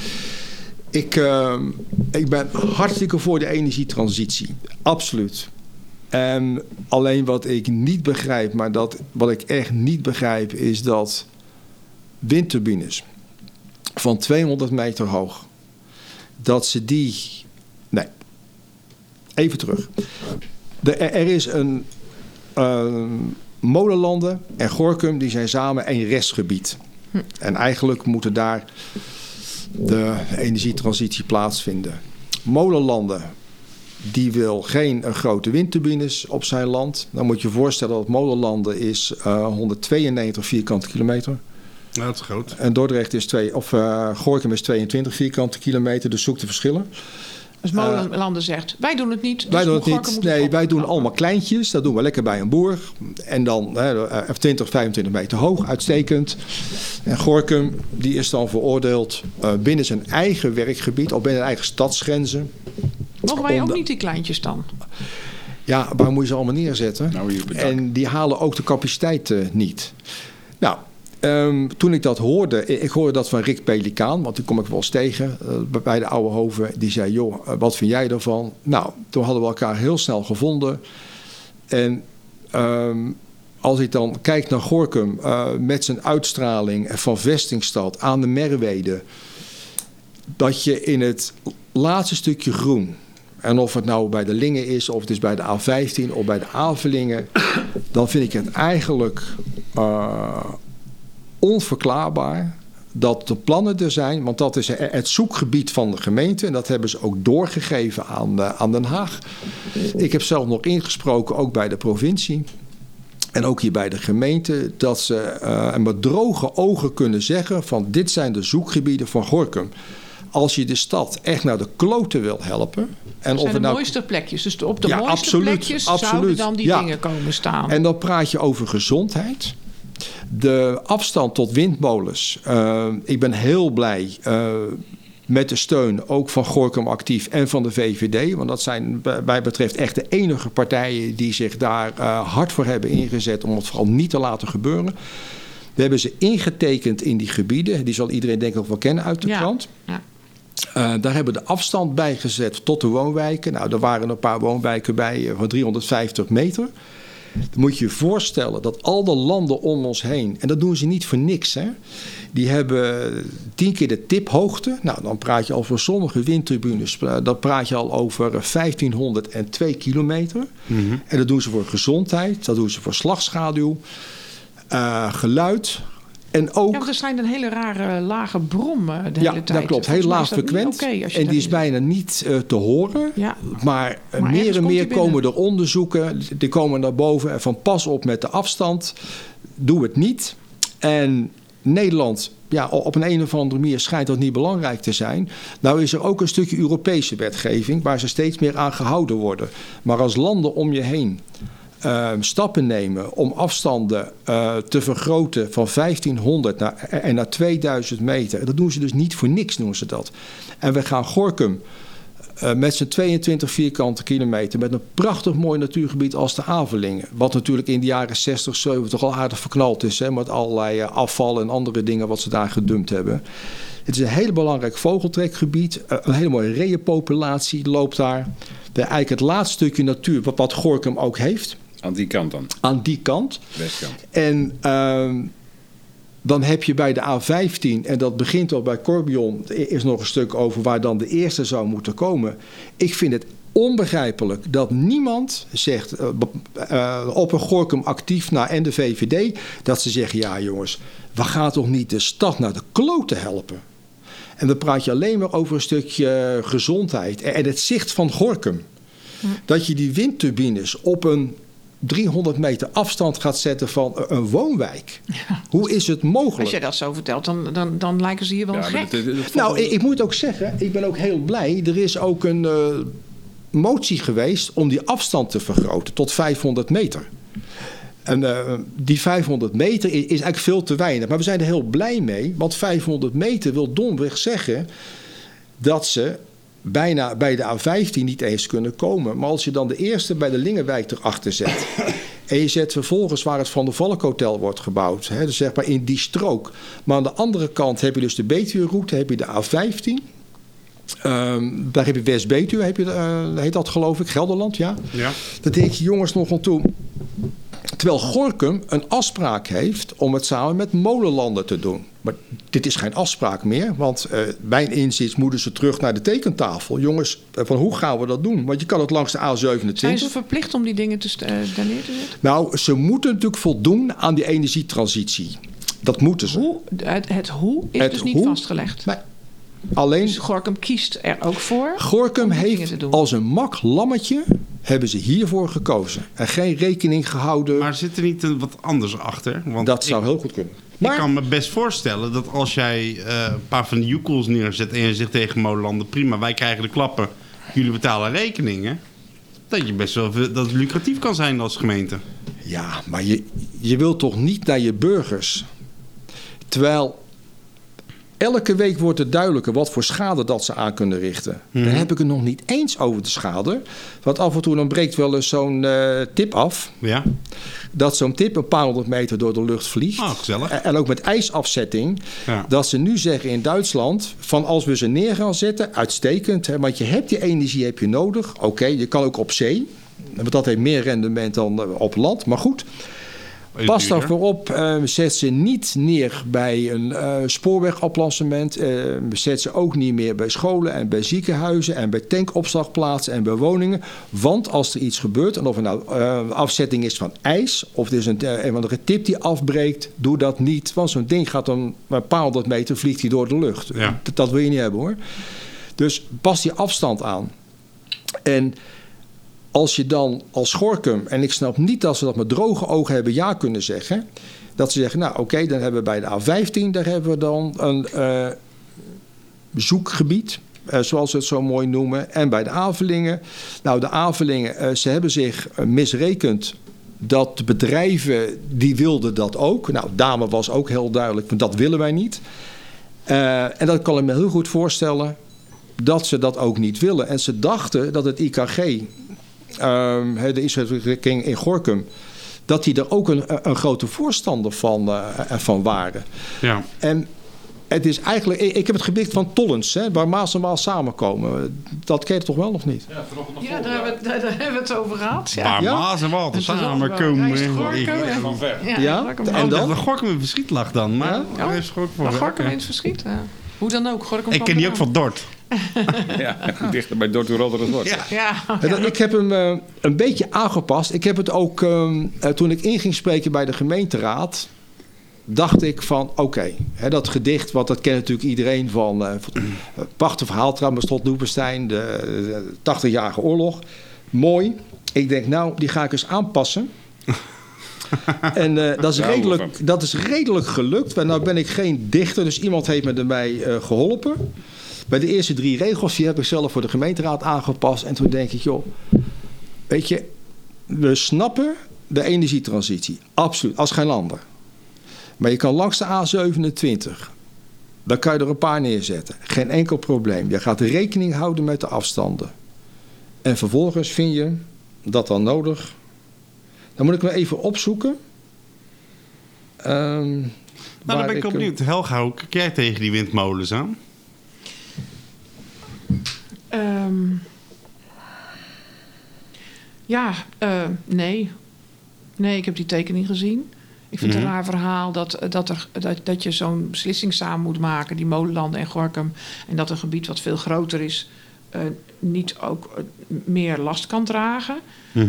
ik ben hartstikke voor de energietransitie. Absoluut. En alleen wat ik niet begrijp, maar wat ik echt niet begrijp, is dat windturbines van 200 meter hoog, dat ze die... Nee, even terug. Er is een Molenlanden en Gorinchem, die zijn samen één restgebied. En eigenlijk moeten daar de energietransitie plaatsvinden. Molenlanden, die wil geen grote windturbines op zijn land. Dan moet je je voorstellen dat Molenlanden is 192 vierkante kilometer. Ja, dat is groot. En Dordrecht is Gorinchem is 22 vierkante kilometer, dus zoek de verschillen. Dus Molenlanden zegt, wij doen het niet. Dus Wij doen het Gorinchem niet. moet het Nee, wij doen opknappen. allemaal kleintjes. Dat doen we lekker bij een boer. En dan 20, 25 meter hoog, uitstekend. En Gorinchem, die is dan veroordeeld binnen zijn eigen werkgebied, of binnen zijn eigen stadsgrenzen. Mogen wij om ook de- niet die kleintjes dan? Ja, waar moet je ze allemaal neerzetten? Nou, hier op het dak. En die halen ook de capaciteit niet. Nou, toen ik dat hoorde, ik hoorde dat van Rick Pelikaan, want die kom ik wel eens tegen bij de Oude Hoven. Die zei, joh, wat vind jij ervan? Nou, toen hadden we elkaar heel snel gevonden. En als ik dan kijk naar Gorinchem met zijn uitstraling van vestingstad aan de Merwede, dat je in het laatste stukje groen, en of het nou bij de Lingen is, of het is bij de A15 of bij de Avelingen, dan vind ik het eigenlijk onverklaarbaar dat de plannen er zijn. Want dat is het zoekgebied van de gemeente. En dat hebben ze ook doorgegeven aan Den Haag. Ik heb zelf nog ingesproken, ook bij de provincie. En ook hier bij de gemeente. Dat ze met droge ogen kunnen zeggen van dit zijn de zoekgebieden van Gorinchem. Als je de stad echt naar de kloten wil helpen. En Dat of zijn het de nou mooiste plekjes. Dus op de Ja, mooiste absoluut, plekjes zouden absoluut. dan die Ja. dingen komen staan. En dan praat je over gezondheid. De afstand tot windmolens. Ik ben heel blij met de steun ook van Gorinchem Actief en van de VVD. Want dat zijn bij mij betreft echt de enige partijen die zich daar hard voor hebben ingezet om het vooral niet te laten gebeuren. We hebben ze ingetekend in die gebieden. Die zal iedereen denk ik ook wel kennen uit de krant. Ja. Daar hebben we de afstand bij gezet tot de woonwijken. Nou, er waren een paar woonwijken bij van 350 meter. Dan moet je je voorstellen dat al de landen om ons heen... en dat doen ze niet voor niks, hè. Die hebben 10 keer de tiphoogte. Nou, dan praat je al voor sommige windtribunes... dan praat je al over 1502 kilometer. Mm-hmm. En dat doen ze voor gezondheid. Dat doen ze voor slagschaduw. Geluid... En ook, ja, want er schijnt een hele rare lage brom de hele tijd. Ja, dat klopt. Heel laag frequent. En die is bijna niet te horen. Ja. Maar meer en meer komen er onderzoeken. Die komen naar boven. En van pas op met de afstand. Doe het niet. En Nederland, ja, op een of andere manier schijnt dat niet belangrijk te zijn. Nou is er ook een stukje Europese wetgeving... waar ze steeds meer aan gehouden worden. Maar als landen om je heen... stappen nemen om afstanden te vergroten van 1500 naar 2000 meter. Dat doen ze dus niet voor niks, noemen ze dat. En we gaan Gorinchem met zijn 22 vierkante kilometer... met een prachtig mooi natuurgebied als de Avelingen. Wat natuurlijk in de jaren 60, 70 al aardig verknald is... Hè, met allerlei afval en andere dingen wat ze daar gedumpt hebben. Het is een heel belangrijk vogeltrekgebied. Een hele mooie reeënpopulatie loopt daar. Eigenlijk het laatste stukje natuur wat Gorinchem ook heeft... Aan die kant dan? Aan die kant. Westkant. En dan heb je bij de A15, en dat begint al bij Corbion... er is nog een stuk over waar dan de eerste zou moeten komen. Ik vind het onbegrijpelijk dat niemand zegt... op een Gorinchem actief en de VVD... dat ze zeggen, ja jongens, we gaan toch niet de stad naar de kloten helpen? En dan praat je alleen maar over een stukje gezondheid... en het zicht van Gorinchem. Dat je die windturbines op een 300 meter afstand gaat zetten van een woonwijk. Ja. Hoe is het mogelijk? Als jij dat zo vertelt, dan lijken ze hier wel gek. Nou, ik moet ook zeggen, ik ben ook heel blij. Er is ook een motie geweest om die afstand te vergroten tot 500 meter. En die 500 meter is eigenlijk veel te weinig. Maar we zijn er heel blij mee, want 500 meter wil domweg zeggen dat ze... bijna bij de A15 niet eens kunnen komen. Maar als je dan de eerste bij de Lingenwijk erachter zet... en je zet vervolgens waar het Van der Valk Hotel wordt gebouwd... Hè, dus zeg maar in die strook. Maar aan de andere kant heb je dus de Betuwe-route, heb je de A15... daar heb je West-Betuwe, heet dat geloof ik, Gelderland, ja? Ja. Dat denk je jongens nog aan toe... Terwijl Gorinchem een afspraak heeft om het samen met molenlanden te doen. Maar dit is geen afspraak meer, want mijn inziens moeten ze terug naar de tekentafel. Jongens, van hoe gaan we dat doen? Want je kan het langs de A27... Zijn ze verplicht om die dingen daar neer te zetten? Nou, ze moeten natuurlijk voldoen aan die energietransitie. Dat moeten ze. Het hoe is dus niet vastgelegd? Nee. Alleen, dus Gorinchem kiest er ook voor? Gorinchem heeft als een mak lammetje... hebben ze hiervoor gekozen. En geen rekening gehouden. Maar zit er niet wat anders achter? Want dat zou heel goed kunnen. Maar ik kan me best voorstellen dat als jij een paar van die joekels neerzet... en je zegt tegen molenlanden, prima, wij krijgen de klappen... jullie betalen rekeningen... dat je best wel dat het lucratief kan zijn als gemeente. Ja, maar je wilt toch niet naar je burgers... terwijl... Elke week wordt het duidelijker wat voor schade dat ze aan kunnen richten. Dan heb ik het nog niet eens over de schade. Want af en toe dan breekt wel eens zo'n tip af. Ja. Dat zo'n tip een paar honderd meter door de lucht vliegt. Oh, gezellig. En ook met ijsafzetting. Ja. Dat ze nu zeggen in Duitsland... van als we ze neer gaan zetten, uitstekend. Hè, want je hebt die energie heb je nodig. Oké, je kan ook op zee. Want dat heeft meer rendement dan op land. Maar goed... Pas daarvoor op, zet ze niet neer bij een spoorwegaflancement. Zet ze ook niet meer bij scholen en bij ziekenhuizen en bij tankopslagplaatsen en bij woningen. Want als er iets gebeurt, en of het nou afzetting is van ijs of het is een andere tip die afbreekt, doe dat niet. Want zo'n ding gaat dan een paar honderd meter, vliegt hij door de lucht. Ja. Dat wil je niet hebben hoor. Dus pas die afstand aan. En... als je dan als Gorinchem, en ik snap niet dat ze dat met droge ogen hebben ja kunnen zeggen. Dat ze zeggen, nou oké, dan hebben we bij de A15, daar hebben we dan een zoekgebied. Zoals ze het zo mooi noemen. En bij de Avelingen. Nou, de Avelingen, ze hebben zich misrekend dat de bedrijven, die wilden dat ook. Nou, Dame was ook heel duidelijk, want dat willen wij niet. En dat kan ik me heel goed voorstellen dat ze dat ook niet willen. En ze dachten dat het IKG... de Israëlische in Gorinchem... dat die er ook een grote voorstander van waren. Ja. En het is eigenlijk... Ik heb het gedicht van Tollens, hè, waar Maas en Waal samenkomen. Dat ken je toch wel, of niet? Ja, daar hebben we het over gehad. Ja. Waar Ja? Maas en Waal Het is ook wel samenkomen. Rijst Gorkum, hè? Van ver. Ja? Gorkum. En dan? Dat Gorkum in verschiet lag dan. Maar Ja? hij is Gorkum Maar van Gorkum in ver. het verschiet. Ja. Hoe dan ook. Gorkum Ik kwam ken die ook eraan. van Dort. Ja, dichter bij Dordt Rotter als wordt. Ja. Ja. Ik heb hem een beetje aangepast. Ik heb het ook, toen ik in ging spreken bij de gemeenteraad, dacht ik van oké, dat gedicht, want dat kent natuurlijk iedereen van prachtig verhaal trouwens, Slot Loevestein, de 80-jarige oorlog. Mooi. Ik denk nou, die ga ik eens aanpassen. En dat is redelijk gelukt. Want nou ben ik geen dichter, dus iemand heeft me erbij geholpen. Bij de eerste 3 regels, die heb ik zelf voor de gemeenteraad aangepast. En toen denk ik, joh, weet je, we snappen de energietransitie. Absoluut, als geen ander. Maar je kan langs de A27, dan kan je er een paar neerzetten. Geen enkel probleem. Je gaat rekening houden met de afstanden. En vervolgens vind je dat dan nodig. Dan moet ik me even opzoeken. Nou, dan ben ik wel benieuwd. Helga, hoe kijk jij tegen die windmolens aan? Nee. Nee, ik heb die tekening gezien. Ik vind het een raar verhaal dat je zo'n beslissing samen moet maken, die Molenlanden en Gorinchem, en dat een gebied wat veel groter is, niet ook meer last kan dragen.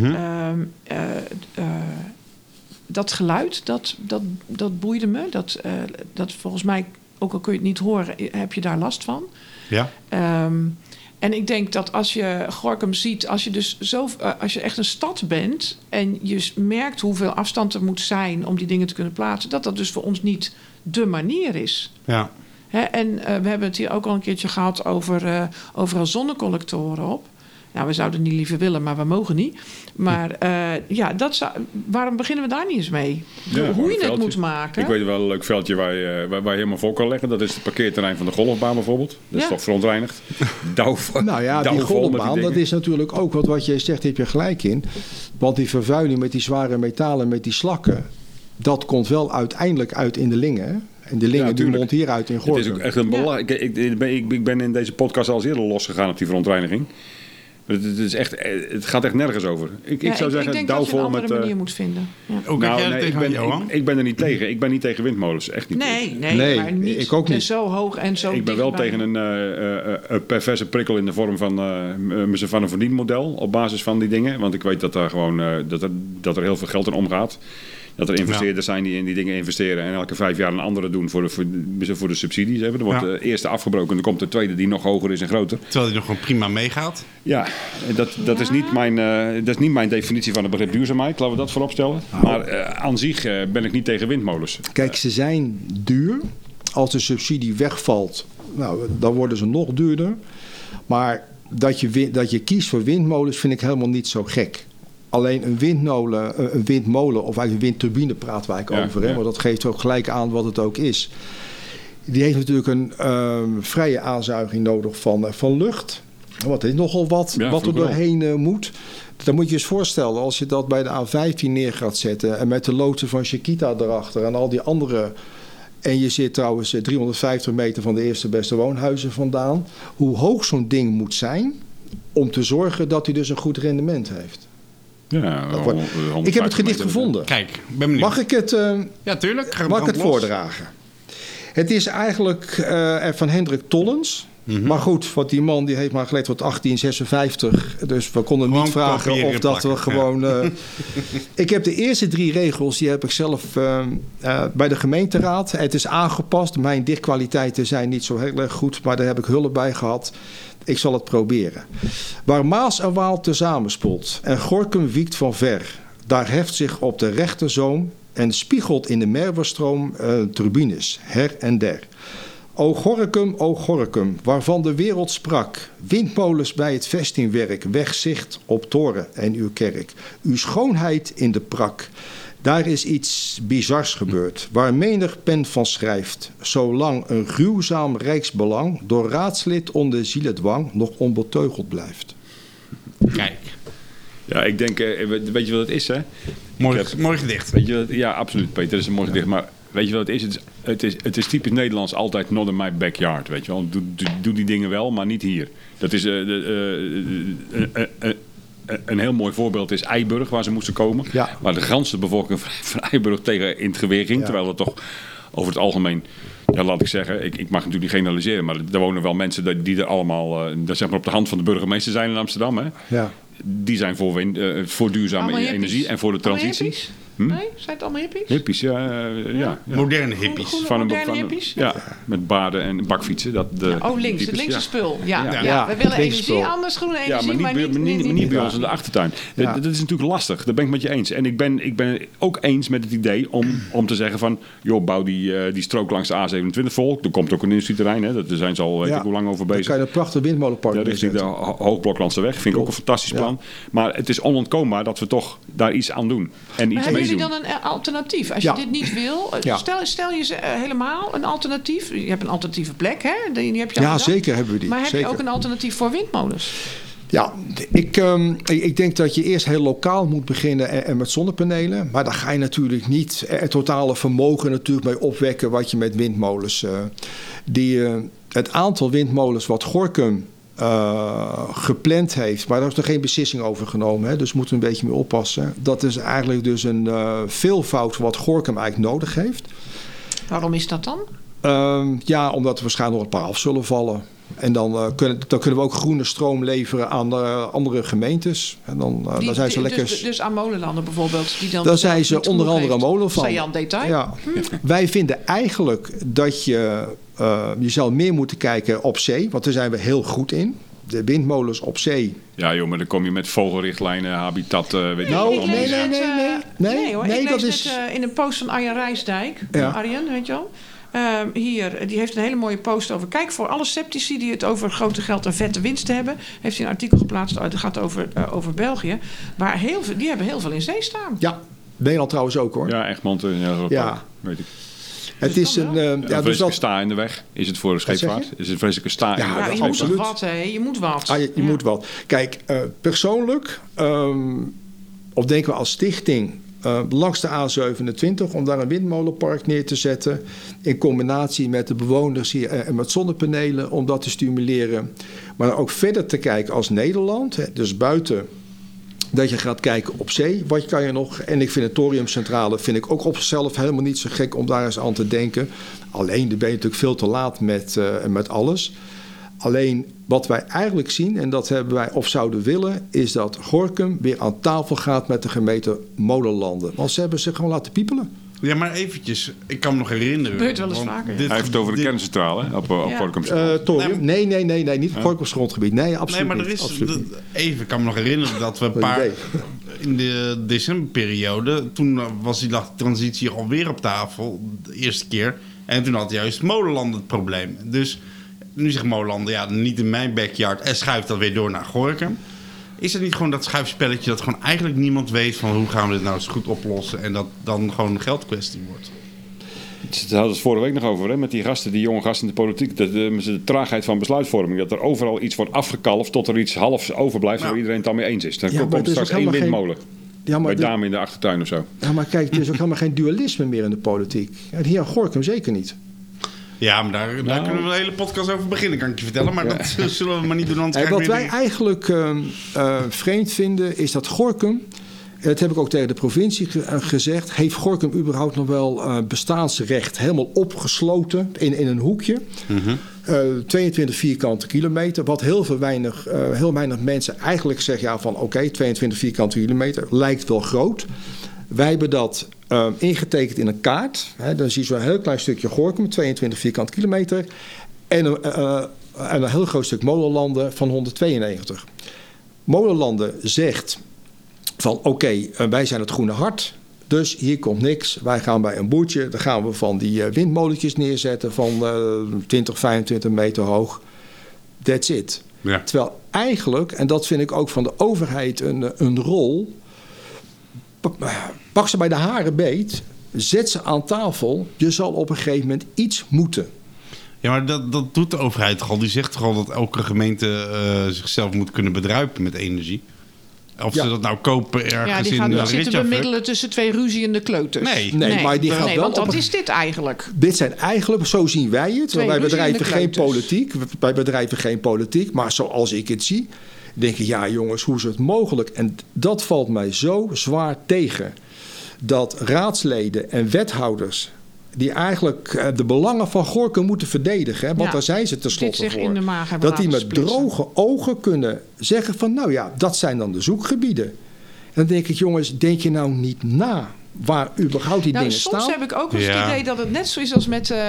Dat geluid, dat boeide me. Dat volgens mij, ook al kun je het niet horen, heb je daar last van. Ja. En ik denk dat als je Gorinchem ziet, als je echt een stad bent en je merkt hoeveel afstand er moet zijn om die dingen te kunnen plaatsen, dat dus voor ons niet de manier is. Ja. En we hebben het hier ook al een keertje gehad over overal zonnecollectoren op. Nou, we zouden het niet liever willen, maar we mogen niet. Maar waarom beginnen we daar niet eens mee? Ja, Hoe je het veldje. moet maken. Ik weet wel een leuk veldje waar je helemaal voor kan leggen. Dat is het parkeerterrein van de golfbaan bijvoorbeeld. Dat is toch verontreinigd? Nou ja, die golfbaan, dat is natuurlijk ook wat je zegt, heb je gelijk in. Want die vervuiling met die zware metalen, met die slakken, dat komt wel uiteindelijk uit in de Lingen. Hè? En de Lingen die mondt hieruit in Gorinchem. Het is ook echt een belangrijk. Ik ben in deze podcast al eens eerder losgegaan op die verontreiniging. Het gaat echt nergens over. Ik zou zeggen, ik denk dat je een andere manier moet vinden. Ja. Hoe kijk jij er tegen, Johan? Ik ben er niet tegen. Ik ben niet tegen windmolens. Echt niet. Nee, maar niet, ik ook niet. En zo hoog en zo Ik ben wel dichtbij. tegen een perverse prikkel in de vorm van een verdienmodel op basis van die dingen. Want ik weet dat daar gewoon dat er heel veel geld in omgaat. Dat er investeerders zijn die in die dingen investeren en elke 5 jaar een andere doen voor de subsidies. Er wordt de eerste afgebroken en dan komt de tweede die nog hoger is en groter. Terwijl die nog gewoon prima meegaat. Ja, dat is niet mijn definitie van het begrip duurzaamheid. Laten we dat voorop stellen. Maar aan zich ben ik niet tegen windmolens. Kijk, ze zijn duur. Als de subsidie wegvalt, nou, dan worden ze nog duurder. Maar dat je kiest voor windmolens vind ik helemaal niet zo gek. Alleen een windmolen of eigenlijk een windturbine praten we eigenlijk over. Hè? Want dat geeft ook gelijk aan wat het ook is. Die heeft natuurlijk een vrije aanzuiging nodig van lucht. Want er is nogal wat er doorheen moet. Dan moet je eens voorstellen, als je dat bij de A15 neer gaat zetten en met de loodsen van Chiquita erachter en al die andere. En je zit trouwens 350 meter van de eerste beste woonhuizen vandaan. Hoe hoog zo'n ding moet zijn om te zorgen dat hij dus een goed rendement heeft. Ja, ik heb het gedicht gevonden. Kijk, ben benieuwd. Mag ik het, ja, tuurlijk. mag ik het voordragen? Het is eigenlijk van Hendrik Tollens. Maar goed, want die man die heeft maar geleefd tot 1856. Dus we konden gewoon niet vragen of dat we gewoon... Ik heb de eerste 3 regels, die heb ik zelf bij de gemeenteraad. Het is aangepast. Mijn dichtkwaliteiten zijn niet zo heel erg goed, maar daar heb ik hulp bij gehad. Ik zal het proberen. Waar Maas en Waal tezamen spoelt en Gorinchem wiekt van ver, daar heft zich op de rechterzoom en spiegelt in de Merwestroom turbines, her en der. O Gorinchem, waarvan de wereld sprak, windmolens bij het vestingwerk, wegzicht op toren en uw kerk, uw schoonheid in de prak. Daar is iets bizars gebeurd, waar menig pen van schrijft, zolang een gruwzaam rijksbelang door raadslid onder zieledwang nog onbeteugeld blijft. Kijk. Ja, ik denk, weet je wat het is, hè? Mooi gedicht. Weet je, ja, absoluut, Peter. Dat is een mooi gedicht. Maar weet je wat het is? Het is typisch Nederlands altijd not in my backyard, weet je wel. Doe die dingen wel, maar niet hier. Dat is een heel mooi voorbeeld is Eiburg, waar ze moesten komen. Ja. Waar de ganse bevolking van Eiburg tegen in het geweer ging. Ja. Terwijl het toch over het algemeen, ja, laat ik zeggen, ik mag natuurlijk niet generaliseren, maar er wonen wel mensen die er allemaal, zeg maar op de hand van de burgemeester zijn in Amsterdam. Hè? Ja. Die zijn voor duurzame Allemaal energie hippies. en voor de Allemaal transitie. hippies? Nee, zijn het allemaal hippies? Hippies, ja. Moderne hippies. Groene moderne hippies? Ja, met baarden en bakfietsen. Links, het linkse spul. Ja. We willen links energie, spul. anders groene Ja, energie, maar niet bij ons in de achtertuin. Ja. Dat is natuurlijk lastig, daar ben ik met je eens. En ik ben ook eens met het idee om te zeggen van, joh, bouw die strook langs de A27 vol. Er komt ook een industrieterrein, hè. Daar zijn ze al weet ik hoe lang over Dan bezig. kan je een prachtig windmolenpark Ja, richting de neerzetten. Hoogbloklandse weg. Vind ik ook een fantastisch plan. Maar het is onontkoombaar dat we toch daar iets aan doen. En iets Maar hebben mee jullie doen. dan een alternatief? Als Ja. je dit niet wil, Ja. stel je helemaal een alternatief. Je hebt een alternatieve plek, hè? Die heb je al Ja, bedacht. zeker hebben we die. Maar heb zeker. je ook een alternatief voor windmolens? Ja, ik denk dat je eerst heel lokaal moet beginnen en met zonnepanelen. Maar daar ga je natuurlijk niet het totale vermogen natuurlijk mee opwekken wat je met windmolens. Het aantal windmolens wat Gorinchem gepland heeft, maar daar is nog geen beslissing over genomen. Hè, dus we moeten een beetje mee oppassen. Dat is eigenlijk dus een veelvoud van wat Gorinchem eigenlijk nodig heeft. Waarom is dat dan? Ja, omdat er waarschijnlijk nog een paar af zullen vallen. En dan kunnen we ook groene stroom leveren aan andere gemeentes. En dan zijn ze lekker. Dus aan molenlanden bijvoorbeeld. Die dan Daar zijn ze niet onder genoeg andere heeft. molen van. Zei je aan detail? Ja. Wij vinden eigenlijk dat je zou meer moeten kijken op zee. Want daar zijn we heel goed in. De windmolens op zee. Ja joh, maar dan kom je met vogelrichtlijnen, habitat, weet je Nou, wat nee, allemaal. nee, hoor. nee, Ik dat lees is- net in een post van Arjen Rijsdijk. Ja. Arjen, weet je wel. Die heeft een hele mooie post over. Kijk, voor alle sceptici die het over grote geld en vette winsten hebben, heeft hij een artikel geplaatst. Het gaat over België. Waar die hebben heel veel in zee staan. Ja, Nederland trouwens ook hoor. Ja, Egmond, Ja. weet ik. Het is een. Een dus vreselijke dat, sta in de weg. Is het voor de zeg scheepvaart? je? Is het een vreselijke sta in Ja, de weg? je voor moet scheepvaart? absoluut. wat, hè. Je moet wat. je Ja. moet wat. Kijk, persoonlijk, of denken we als stichting langs de A27 om daar een windmolenpark neer te zetten. In combinatie met de bewoners hier en met zonnepanelen om dat te stimuleren. Maar ook verder te kijken als Nederland. Hè, dus buiten dat je gaat kijken op zee. Wat kan je nog? En ik vind de thoriumcentrale vind ik ook op zichzelf helemaal niet zo gek om daar eens aan te denken. Alleen dan ben je natuurlijk veel te laat met alles. Alleen wat wij eigenlijk zien, en dat hebben wij of zouden willen, is dat Gorinchem weer aan tafel gaat met de gemeente Molenlanden. Want ze hebben zich gewoon laten piepelen. Ja, maar eventjes. Ik kan me nog herinneren. Gebeurt wel eens want vaker, ja. dit- Hij heeft het over de dit- kerncentrale hè, op Ja. Gorinchem. Thorium? Nee, niet het Gorinchems grondgebied. Nee, Nee, absoluut maar er niet. is. Absoluut niet. Even, ik kan me nog herinneren dat we een Goed paar. idee. In de decemberperiode. Toen lag de transitie alweer op tafel. De eerste keer. En toen had juist Molenland het probleem. Dus nu zegt Molenland, ja, niet in mijn backyard. En schuift dat weer door naar Gorinchem. Is het niet gewoon dat schuifspelletje dat gewoon eigenlijk niemand weet van hoe gaan we dit nou eens goed oplossen. En dat dan gewoon een geldkwestie wordt. Daar hadden we het vorige week nog over, hè, met die gasten, die jonge gasten in de politiek. De traagheid van besluitvorming. Dat er overal iets wordt afgekalfd tot er iets halfs overblijft waar iedereen het dan mee eens is. Dan Ja, maar komt het is straks ook één helemaal windmolen. Ja, maar Bij Dame in de achtertuin of zo. Ja, maar kijk, er is ook helemaal geen dualisme meer in de politiek. En hier in Gorinchem zeker niet. Ja, maar daar kunnen we een hele podcast over beginnen, kan ik je vertellen. Maar dat zullen we maar niet doen. Anders En krijgen wat we wij weer- eigenlijk vreemd vinden, is dat Gorinchem, dat heb ik ook tegen de provincie gezegd, heeft Gorinchem überhaupt nog wel bestaansrecht helemaal opgesloten in een hoekje. 22 vierkante kilometer, wat heel weinig mensen eigenlijk zeggen, ja, van oké, 22 vierkante kilometer lijkt wel groot. Wij hebben dat ingetekend in een kaart. Hè, dan zie je zo'n heel klein stukje Gorinchem, 22 vierkante kilometer. En een heel groot stuk Molenlanden van 192. Molenlanden zegt van oké, wij zijn het Groene Hart. Dus hier komt niks. Wij gaan bij een boertje. Dan gaan we van die windmolentjes neerzetten van 20, 25 meter hoog. That's it. Ja. Terwijl eigenlijk, en dat vind ik ook van de overheid een rol. Pak ze bij de haren beet. Zet ze aan tafel. Je zal op een gegeven moment iets moeten. Ja, maar dat doet de overheid toch al. Die zegt toch al dat elke gemeente zichzelf moet kunnen bedruipen met energie. Of Ja. ze dat nou kopen ergens Ja, die in gaan de zitten Ritjafuk. bemiddelen tussen twee ruziende kleuters. Nee, maar die gaat wel want op wat een- is dit eigenlijk? Dit zijn eigenlijk, zo zien wij het. Twee Wij bedrijven ruziende geen kleuters. politiek. Wij bedrijven geen politiek. Maar zoals ik het zie, denk ik, ja jongens, hoe is het mogelijk? En dat valt mij zo zwaar tegen. Dat raadsleden en wethouders, die eigenlijk de belangen van Gorinchem moeten verdedigen. Hè, want Ja, daar zijn ze dit tenslotte zich voor. in de maag hebben Dat die met laten splitsen. droge ogen kunnen zeggen van, nou ja, dat zijn dan de zoekgebieden. En dan denk ik, jongens, denk je nou niet na waar überhaupt die Nou, dingen soms staan? heb ik ook wel eens Ja. het idee dat het net zo is als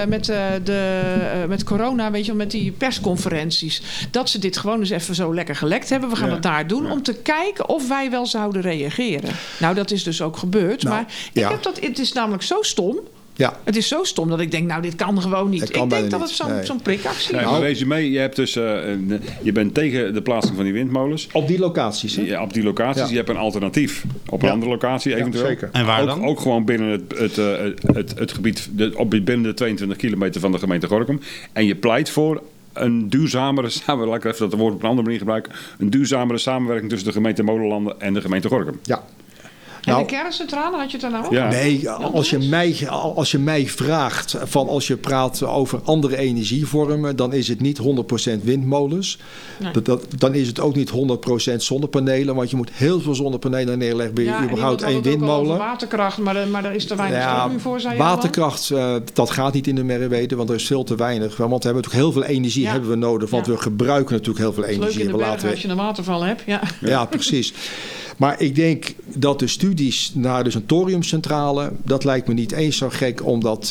met corona, weet je wel, met die persconferenties. Dat ze dit gewoon eens even zo lekker gelekt hebben. We gaan het daar doen om te kijken of wij wel zouden reageren. Nou, dat is dus ook gebeurd. Nou, maar ja. het is namelijk zo stom. Ja. Het is zo stom dat ik denk, nou, dit kan gewoon niet. Het kan Ik denk bijna dat het niet. Nee. zo'n prikactie Nee, is. maar resume, je hebt dus, je bent tegen de plaatsing van die windmolens. Op die locaties, hè? Ja, op die locaties. Ja. Je hebt een alternatief op een Ja. andere locatie eventueel. zeker. En waar ook, dan? Ook gewoon binnen het gebied, binnen de 22 kilometer van de gemeente Gorinchem. En je pleit voor een duurzamere samenwerking, laat ik even dat woord op een andere manier gebruiken. Een duurzamere samenwerking tussen de gemeente Molenlanden en de gemeente Gorinchem. Ja. En Nou, de kerncentrale, had je het daar nou op? Ja. Nee, als je mij vraagt van als je praat over andere energievormen, dan is het niet 100% windmolens. Nee. Dan is het ook niet 100% zonnepanelen, want je moet heel veel zonnepanelen neerleggen bij Ja, en überhaupt iemand één had het ook al over windmolen. waterkracht, maar daar is te weinig stroom voor, zei je waterkracht, dat gaat niet in de Merwede, want er is veel te weinig. Want we hebben natuurlijk heel veel energie Ja. hebben we nodig, want Ja. we gebruiken natuurlijk heel veel Het is leuk energie. in de We bergen als je een waterval hebt. Ja. Ja, precies. Maar ik denk dat de studies naar dus een thoriumcentrale, dat lijkt me niet eens zo gek om dat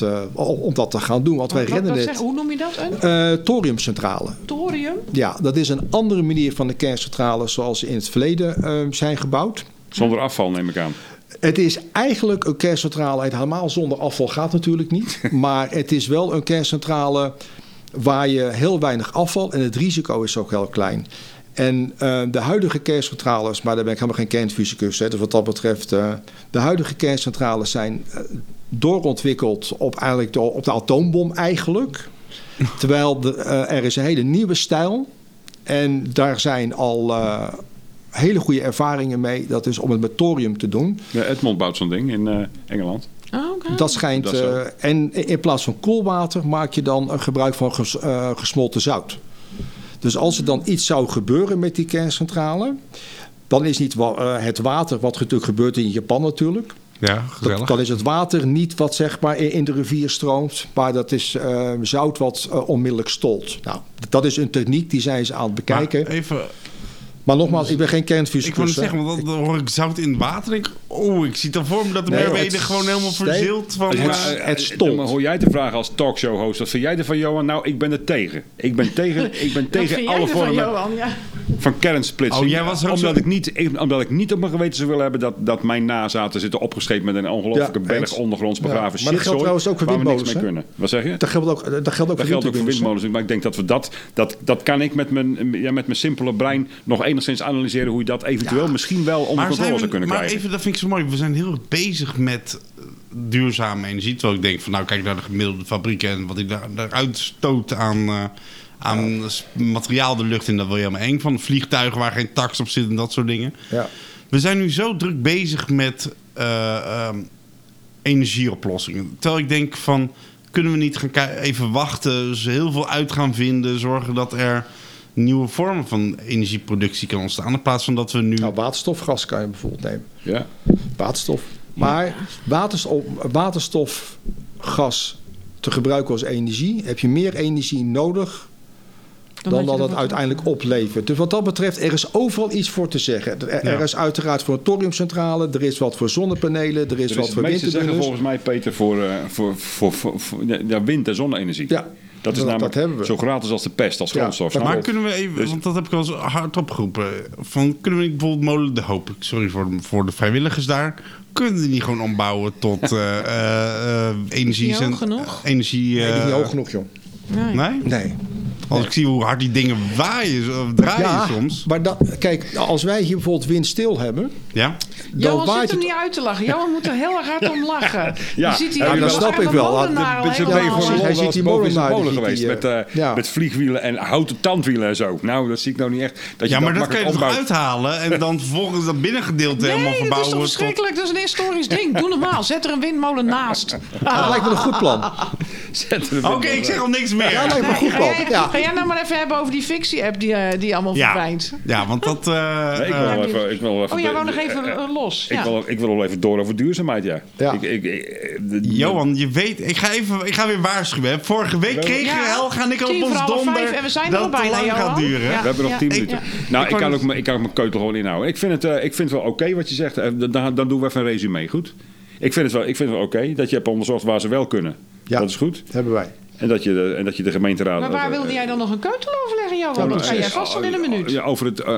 te gaan doen. Want wij redden het. Hoe noem je dat? Een Thoriumcentrale. thorium? Ja, dat is een andere manier van de kerncentrales zoals ze in het verleden zijn gebouwd. Zonder afval neem ik aan. Het is eigenlijk een kerncentrale, helemaal zonder afval gaat natuurlijk niet. Maar het is wel een kerncentrale waar je heel weinig afval en het risico is ook heel klein. En de huidige kerncentrales, maar daar ben ik helemaal geen kernfysicus, hè, dus wat dat betreft, de huidige kerncentrales zijn doorontwikkeld op de atoombom eigenlijk. Terwijl er is een hele nieuwe stijl en daar zijn al hele goede ervaringen mee. Dat is om het met thorium te doen. Ja, Edmond bouwt zo'n ding in Engeland. Oh, oké. Dat schijnt. Dat zo. En in plaats van koelwater maak je dan een gebruik van gesmolten zout. Dus als er dan iets zou gebeuren met die kerncentrale, dan is niet het water, wat natuurlijk gebeurt in Japan natuurlijk. Ja, gezellig. Dan is het water niet wat zeg maar in de rivier stroomt, maar dat is zout wat onmiddellijk stolt. Nou, dat is een techniek die zijn ze aan het bekijken. Maar even, Maar nogmaals, ik ben geen ik wil kernfysicus. het zeggen, want dan hoor ik zout in het water. Denk ik, ik zie dan voor me dat de Nee, Merwede het gewoon helemaal steekt- verzilt van... het stolt. Maar hoor jij te vragen als talkshow-host, wat vind jij ervan, Johan? Nou, ik ben er tegen. Ik ben tegen Wat vind alle jij ervan, vormen Johan? Ja. van kernsplitsing. Oh, jij was ook omdat, zo- omdat ik niet op mijn geweten zou willen hebben dat mijn nazaten zitten opgescheept met een ongelofelijke Ja, berg eens. ondergronds Ja, begraven maar dat shitzooi, geldt trouwens ook voor waar we niks windmolens, mee hè? kunnen. Wat zeg je? Dat geldt ook voor Dat geldt ook voor windturbines, hè? windmolens. Maar ik denk dat we dat kan ik met mijn simpele brein nog enigszins analyseren hoe je dat eventueel misschien wel onder controle zou kunnen maar krijgen. even, dat vind ik zo mooi. We zijn heel erg bezig met duurzame energie. Terwijl ik denk van, nou kijk naar de gemiddelde fabrieken en wat die daaruit stoot aan materiaal de lucht in. Dat wil je helemaal eng van. Vliegtuigen waar geen tax op zit en dat soort dingen. Ja. We zijn nu zo druk bezig met energieoplossingen. Terwijl ik denk van, kunnen we niet gaan even wachten, dus heel veel uit gaan vinden, zorgen dat er nieuwe vormen van energieproductie kan ontstaan. In plaats van dat we nu... Nou, waterstofgas kan je bijvoorbeeld nemen. Ja. Waterstof. Maar waterstofgas te gebruiken als energie, heb je meer energie nodig dan dat het uiteindelijk oplevert. Dus wat dat betreft, er is overal iets voor te zeggen. Er is uiteraard voor een thoriumcentrale, er is wat voor zonnepanelen, er is wat voor meeste zeggen windturbines. volgens mij, Peter, voor wind- en zonne-energie. Ja, dat is dat namelijk hebben we. zo gratis als de pest, als Ja, grondstof. dat snap je? Maar kunnen we even, Dus- want dat heb ik wel eens hard opgeroepen. Kunnen we niet bijvoorbeeld Molen de Hoop, sorry voor de vrijwilligers daar, kunnen we die niet gewoon ombouwen tot energie? Niet hoog genoeg? Energie. Nee, die is niet hoog genoeg, joh. Nee? Nee. Als ik zie hoe hard die dingen waaien of draaien soms. Maar kijk, als wij hier bijvoorbeeld windstil hebben... Ja? Dan Johan waait zit er het... niet uit te lachen. Johan moet er heel erg hard om lachen. Ja, Je ziet ja, hier dat snap ik wel. Hij ziet die boven in zijn molenaar, molen die geweest ziet hij, met vliegwielen en houten tandwielen en zo. Nou, dat zie ik nou niet echt. Maar dat kan je toch opbouwt. uithalen en dan vervolgens dat binnengedeelte helemaal Nee, dat verbouwen. is toch verschrikkelijk. Dat is een historisch ding. Doe normaal. Zet er een windmolen naast. Dat lijkt me een goed plan. Oké, ik zeg al niks meer. Ja, lijkt me een goed plan. Ja. Ga jij nou maar even hebben over die fictie-app die allemaal verdwijnt? Ja, want dat... Nee, ik wil wel even... Oh, jij wou nog even los. Ik wil wel even door over duurzaamheid, ja. Ja. Johan, je weet... Ik ga weer waarschuwen. Vorige week kregen Helga en ik al op ons 4:30 donder en we zijn er dat al het te bijna, lang Johan. gaat duren. Ja. We hebben nog 10 minuten. Ja. Nou, ik kan ook mijn keutel gewoon inhouden. Ik vind het wel oké wat je zegt. Dan doen we even een resume, goed? Ik vind het wel oké dat je hebt onderzocht waar ze wel kunnen. Ja. Dat is goed. Hebben wij. En dat je de gemeenteraad... Maar waar wilde jij dan nog een keutel over leggen, Johan? Dat ga jij vast al in een minuut. Ja,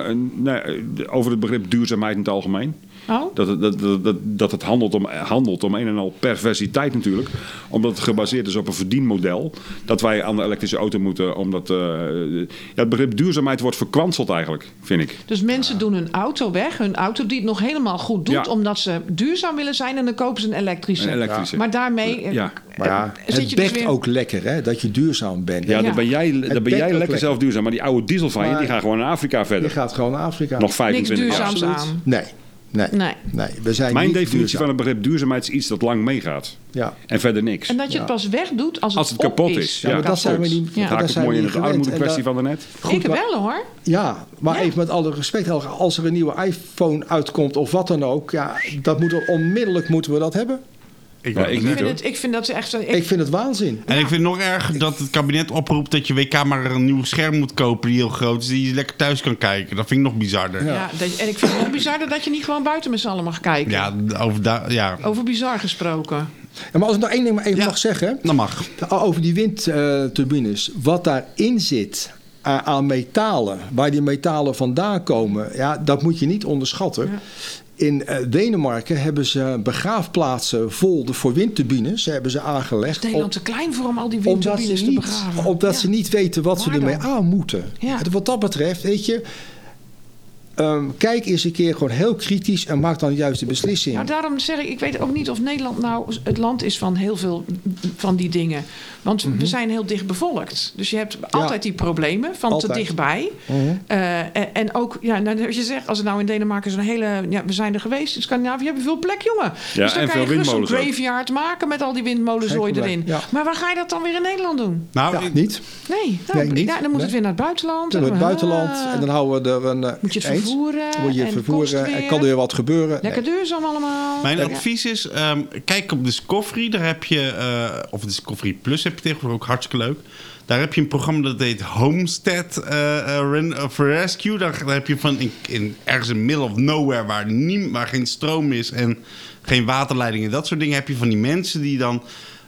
over het begrip duurzaamheid in het algemeen. Oh? Dat het handelt om een en al perversiteit natuurlijk. Omdat het gebaseerd is op een verdienmodel. Dat wij aan de elektrische auto moeten. Omdat het begrip duurzaamheid wordt verkwanseld eigenlijk, vind ik. Dus mensen doen hun auto weg. Hun auto die het nog helemaal goed doet. Ja. Omdat ze duurzaam willen zijn. En dan kopen ze een elektrische. Een elektrische. Maar daarmee... Ja. Maar ja, zit het je dus bekt weer... ook lekker, hè? Dat je duurzaam bent. Ja, Ja. dan ben jij ook lekker lekker. zelf duurzaam. Maar die oude diesel van je, Maar- die gaan gewoon naar Afrika Je verder. gaat gewoon naar Afrika. Nog 25 Niks jaar. duurzaams Absoluut. aan. Nee. Nee. We zijn Mijn niet definitie duurzaam. van het begrip duurzaamheid is iets dat lang meegaat. Ja. En verder niks. En dat je het pas wegdoet als Als het op kapot is. Ja, maar dat zijn we niet- Dat haakt dat ook zijn mooi we in niet de gewend. armoedekwestie En van daarnet. Ik wel hoor. Ja, maar Ja. even met alle respect, Helga. Als er een nieuwe iPhone uitkomt of wat dan ook... Ja, onmiddellijk moeten we dat hebben. Ik vind dat ze echt zo... Ik vind het waanzin. En ik vind het nog erger dat het kabinet oproept dat je WK maar een nieuw scherm moet kopen die heel groot is, die je lekker thuis kan kijken. Dat vind ik nog bizarder. Ja, en ik vind het nog bizarder dat je niet gewoon buiten met z'n allen mag kijken. Ja, Over bizar gesproken. Ja, maar als ik nog één ding maar even mag zeggen... dat mag. Over die windturbines. Wat daarin zit aan metalen, waar die metalen vandaan komen... Ja, dat moet je niet onderschatten. Ja. In Denemarken hebben ze begraafplaatsen vol voor windturbines. Hebben ze aangelegd. Is Nederland te klein voor om al die Omdat windturbines ze te niet, begraven? omdat ze niet weten wat ze Waar ermee dan? aan moeten. Ja. En wat dat betreft, weet je... kijk eens een keer gewoon heel kritisch en maak dan de juiste beslissing. Nou, daarom zeg ik weet ook niet of Nederland nou het land is van heel veel van die dingen. Want we zijn heel dicht bevolkt. Dus je hebt altijd die problemen van Altijd. te dichtbij. En ook, als je zegt, als het nou in Denemarken zo'n hele... Ja, we zijn er geweest. In Scandinavië hebben we veel plek, jongen. Ja, dus dan en kan je veel gerust een windmolens ook. graveyard maken met al die windmolenzooi Geen erin. probleem, ja. Maar waar ga je dat dan weer in Nederland doen? Nou, Ja, niet. Nee, niet. Ja, dan moet het weer naar het buitenland. Dan het buitenland Ah. en dan houden we er een... Moet je het eens. vervoeren. Moet je het en vervoeren kost en weer. kan er weer wat gebeuren. Lekker duurzaam allemaal. mijn Ja. advies is, kijk op Discovery. Daar heb je, of Discovery Plus heb je tegenwoordig ook hartstikke leuk. Daar heb je een programma dat heet Homestead Rescue. Daar heb je van ergens in middle of nowhere waar geen stroom is en geen waterleidingen. Dat soort dingen heb je van die mensen die dan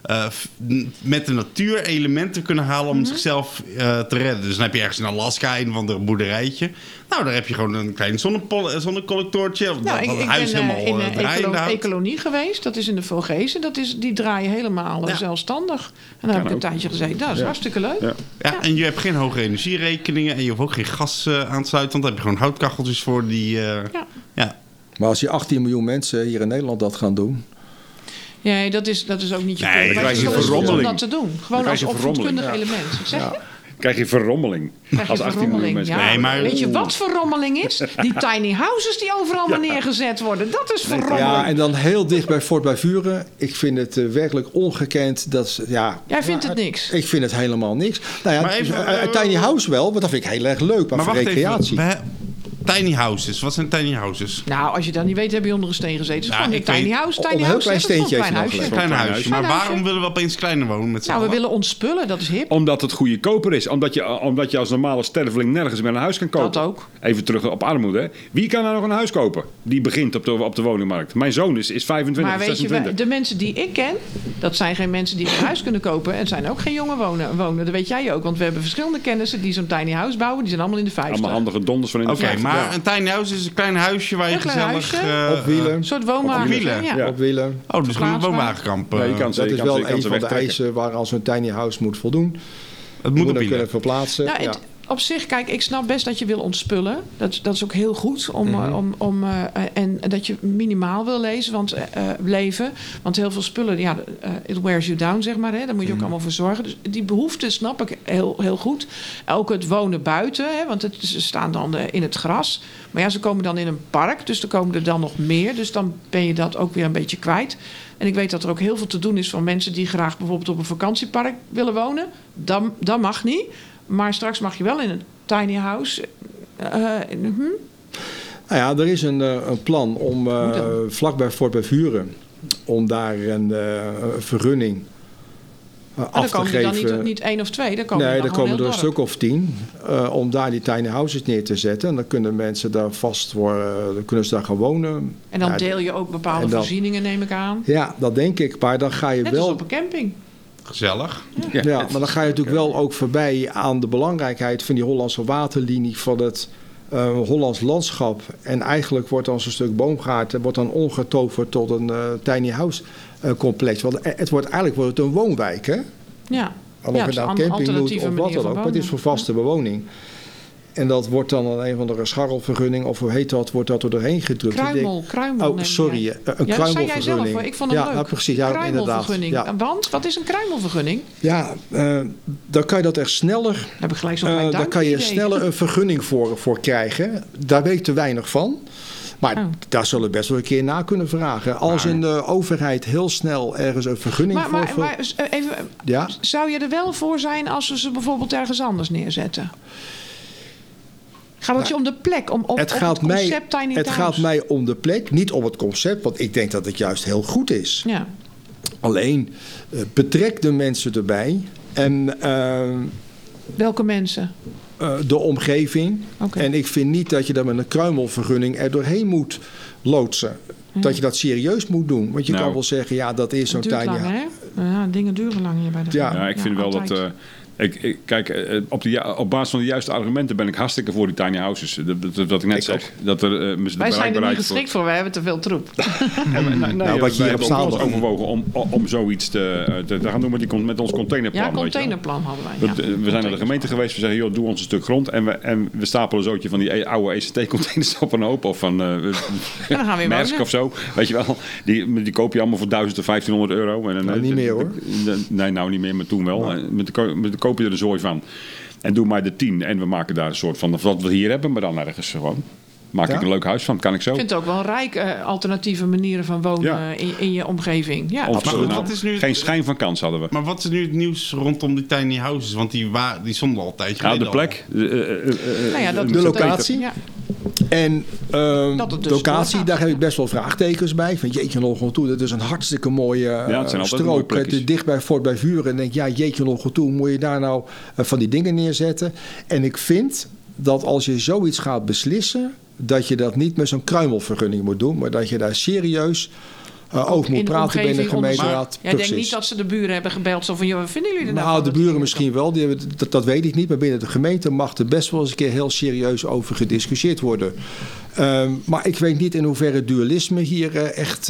met de natuur elementen kunnen halen om zichzelf te redden. Dus dan heb je ergens in Alaska een of ander boerderijtje. Nou, daar heb je gewoon een klein zonnecollectortje. Nou, dat het ik huis ben helemaal in draaiende houdt. Ecolonie geweest. Dat is in de Vogezen. Die draaien helemaal zelfstandig. En daar heb ik een tijdje gezeten. Dat is hartstikke leuk. Ja. Ja, en je hebt geen hoge energierekeningen en je hoeft ook geen gas aansluiten, want daar heb je gewoon houtkacheltjes voor die... ja. Maar als je 18 miljoen mensen hier in Nederland dat gaan doen... Ja, dat is ook niet je Nee, punt. dan Maar krijg je het is goed verrommeling. om dat te doen. Gewoon Dan als krijg je opvoedkundig verrommeling. element. Wat zeg je? Krijg je verrommeling. Krijg je Als 18 miljoen verrommeling, mensen. ja. Nee, maar- Weet je wat verrommeling is? Die tiny houses die overal maar neergezet worden. Dat is verrommeling. Ja, en dan heel dicht bij Fort bij Vuren. Ik vind het werkelijk ongekend. Jij vindt het niks? Ik vind het helemaal niks. Nou ja, Maar even, een tiny house wel, want dat vind ik heel erg leuk. Maar, Maar voor wacht recreatie. even. Tiny houses. Wat zijn tiny houses? Nou, als je dat niet weet, heb je onder een steen gezeten. Het is Nou, gewoon ik een tiny weet- house. Op Tiny een heel house, klein hè? Dat is steentje gewoon heeft een hij klein nog huisje. Klein huisje. Maar Klein huisje. waarom willen we opeens kleiner wonen met z'n Nou, we allen? willen ontspullen. Dat is hip. Omdat het goedkoper is. Omdat je als normale sterveling nergens meer een huis kan kopen. Dat ook. Even terug op armoede. Hè. Wie kan nou nog een huis kopen? Die begint op de woningmarkt. Mijn zoon is 25, Maar weet je, 26. de mensen die ik ken, dat zijn geen mensen die een huis kunnen kopen. En zijn ook geen jonge wonen. Dat weet jij ook. Want we hebben verschillende kennissen die zo'n tiny house bouwen. Die zijn allemaal in de 50. Allemaal handige donders van in de Oké, 50. maar Ja. een tiny house is een klein huisje waar je Een klein gezellig... huisje. Op wielen. Een soort woonwagen. Op wielen. Ja. Ja. Op wielen. Oh, dus gewoon een Verplaatsbaar. woonwagenkamp. Ja, je kan ze- Dat is kan wel ze- kan een ze van de wegtrekken. eisen waar als een tiny house moet voldoen. Het moet op kunnen verplaatsen. Nou, op zich, kijk, ik snap best dat je wil ontspullen. Dat is ook heel goed. En dat je minimaal wil leven. Want heel veel spullen, it wears you down, zeg maar. Hè. Daar moet je ook allemaal voor zorgen. Dus die behoefte snap ik heel, heel goed. Ook het wonen buiten, hè, want ze staan dan in het gras. Maar ja, ze komen dan in een park, dus er komen er dan nog meer. Dus dan ben je dat ook weer een beetje kwijt. En ik weet dat er ook heel veel te doen is van mensen die graag bijvoorbeeld op een vakantiepark willen wonen. Dat mag niet. Maar straks mag je wel in een tiny house. Nou ja, er is een plan om vlakbij Fort bij Vuren... om daar een vergunning af te geven. Dan komen er dan niet 1 of 2? Dan komen er komen er een stuk of 10... om daar die tiny houses neer te zetten. En dan kunnen mensen daar vast worden... dan kunnen ze daar gaan wonen. En dan deel je ook bepaalde voorzieningen, neem ik aan. Ja, dat denk ik. Maar dan ga je Net als op een camping. Gezellig. Ja, maar dan ga je natuurlijk wel ook voorbij aan de belangrijkheid van die Hollandse waterlinie, van het Hollands landschap. En eigenlijk wordt dan zo'n stuk boomgaard wordt dan omgetoverd tot een tiny house complex. Want eigenlijk wordt het een woonwijk, hè? Ja. Of je nou camping noemt of wat dan ook, maar het is voor vaste bewoning. En dat wordt dan een van de scharrelvergunning, of hoe heet dat, wordt dat er doorheen gedrukt. Kruimel. Oh, sorry, een kruimelvergunning. Zei jij zelf, ik vond het leuk. Ja, precies. Ja, kruimelvergunning. Ja. Want, wat is een kruimelvergunning? Ja, dan kan je dat echt sneller... Heb ik gelijk zo'n daar kan je sneller een vergunning voor krijgen. Daar weet ik te weinig van. Maar daar zullen we best wel een keer na kunnen vragen. Als in de overheid heel snel ergens een vergunning maar even, zou je er wel voor zijn als we ze bijvoorbeeld ergens anders neerzetten? Gaat het je om de plek? Om het concept Tiny Het gaat mij om de plek, niet om het concept. Want ik denk dat het juist heel goed is. Ja. Alleen, betrek de mensen erbij. En, welke mensen? De omgeving. Okay. En ik vind niet dat je daar met een kruimelvergunning er doorheen moet loodsen. Dat je dat serieus moet doen. Want je kan wel zeggen, dat is zo'n tiny house. Ja, dingen duren lang hier bij de Ja, ik vind wel dat... Kijk, op basis van de juiste argumenten ben ik hartstikke voor die tiny houses. Dat ik net zeg. Dat wij zijn er niet geschikt voor, wij hebben te veel troep. Wat je hier op staat overwogen om zoiets te gaan doen met ons containerplan. Ja, containerplan hadden wij. We zijn naar de gemeente geweest. We zeggen, joh, doe ons een stuk grond. En we stapelen een zootje van die oude ECT-containers op een hoop. Of van Maersk of zo. Weet je wel. Die koop je allemaal voor 1000 of 1500 euro. En, niet meer hoor. Nee, nou niet meer, maar toen wel. Met koop je er een zooi van. En doe maar de 10. En we maken daar een soort van... wat we hier hebben, maar dan ergens gewoon. Maak ik een leuk huis van. Kan ik zo. Ik vind het ook wel rijk alternatieve manieren van wonen in je omgeving. Ja, absoluut. Maar wat is nu geen schijn van kans hadden we. Maar wat is nu het nieuws rondom die tiny houses? Want die stonden al een tijdje geleden. De plek. De locatie. Ja. En de locatie, daar heb ik best wel vraagtekens bij. Van jeetje nog toe, dat is een hartstikke mooie strook. Dicht bij Fort bij Vuren. En denk jeetje nog toe, moet je daar nou van die dingen neerzetten? En ik vind dat als je zoiets gaat beslissen, dat je dat niet met zo'n kruimelvergunning moet doen, maar dat je daar serieus over moet praten binnen de gemeenteraad. Jij denkt niet dat ze de buren hebben gebeld zo van, joh, wat vinden jullie er nou? Nou, de buren misschien wel, dat weet ik niet, maar binnen de gemeente mag er best wel eens een keer heel serieus over gediscussieerd worden. Maar ik weet niet in hoeverre dualisme hier echt...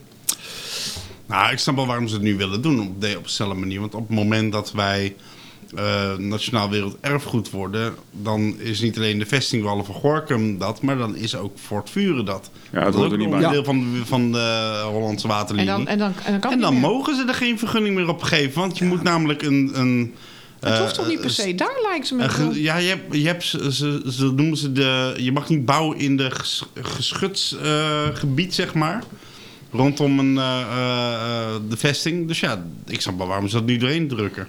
Nou, ik snap wel waarom ze het nu willen doen op dezelfde manier. Want op het moment dat wij nationaal werelderfgoed worden, dan is niet alleen de vestingwallen van Gorinchem dat, maar dan is ook Fort Vuren dat. Ja, dat hoort er niet bij. Een deel van de Hollandse waterlinie. En dan mogen ze er geen vergunning meer op geven, want je moet namelijk een het hoeft toch niet per se, daar lijkt ze me wel. Ja, ze noemen ze je mag niet bouwen in de geschutsgebied, zeg maar. Rondom de vesting. Dus ja, ik snap wel waarom ze dat nu doorheen drukken.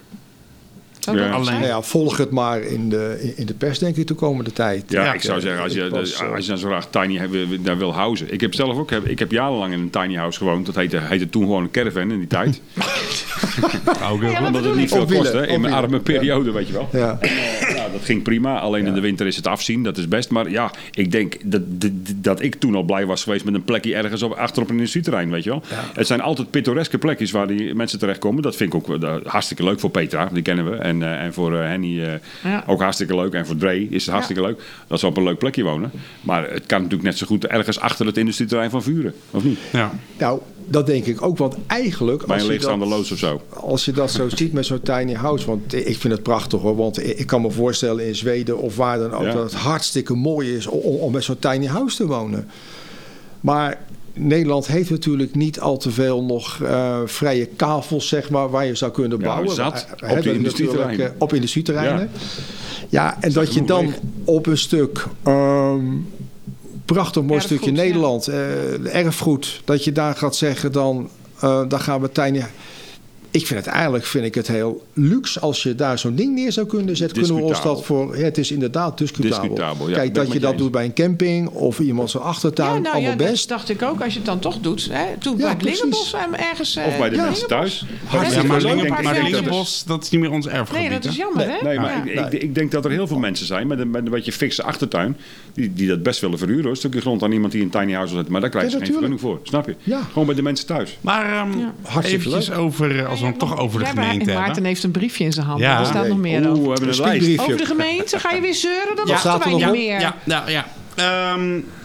Volg het maar in de pers, denk ik, de komende tijd. Ja, ik zou zeggen, als je dan zo graag tiny daar wil housen. Ik heb zelf ook, ik heb jarenlang in een tiny house gewoond. Dat heette toen gewoon een caravan in die tijd. Omdat het niet veel kostte in mijn arme periode, weet je wel. Ja. Dat ging prima. Alleen in de winter is het afzien, dat is best. Maar ja, ik denk dat ik toen al blij was geweest met een plekje ergens achter op een industrieterrein, weet je wel. Ja. Het zijn altijd pittoreske plekjes waar die mensen terechtkomen. Dat vind ik ook hartstikke leuk voor Petra, die kennen we. En voor Henny ook hartstikke leuk. En voor Dre is het hartstikke leuk dat ze op een leuk plekje wonen. Maar het kan natuurlijk net zo goed ergens achter het industrieterrein van Vuren, of niet? Ja. Nou, Dat denk ik ook, want eigenlijk... Bij een leegstaande loods of zo. Als je dat zo ziet met zo'n tiny house... want ik vind het prachtig hoor... want ik kan me voorstellen in Zweden of waar dan ook... dat het hartstikke mooi is om met zo'n tiny house te wonen. Maar Nederland heeft natuurlijk niet al te veel nog vrije kavels, zeg maar... waar je zou kunnen bouwen. Zat, op de industrieterreinen. Op industrieterreinen. Ja, en dat je dan op een stuk... prachtig mooi stukje Nederland, erfgoed, dat je daar gaat zeggen dan gaan we tiny. Ik vind het heel luxe als je daar zo'n ding neer zou kunnen zetten. Kunnen we ons dat voor? Ja, het is inderdaad discutabel. Ja, kijk, dat je dat doet bij een camping of iemand zijn achtertuin, allemaal best. Dat dacht ik ook. Als je het dan toch doet, toen bij het Lingenbos ergens. Of bij de mensen thuis. Maar Lingenbos, dat is niet meer ons erfgebied. Nee, dat is jammer, hè? Nee, maar ik denk dat er heel veel mensen zijn met een beetje fikse achtertuin die dat best willen verhuren. Een stukje grond aan iemand die een tiny house wil zetten. Maar daar krijg je geen vergunning voor. Snap je? Ja. Gewoon bij de mensen thuis. Maar eventjes over, als we het toch over de gemeente hebben. Maarten heeft een briefje in zijn hand. Ja. Er staat nog meer we over. hebben een lijst. Over de gemeente? Ga je weer zeuren? Dat staat wachten wij niet meer. Ja.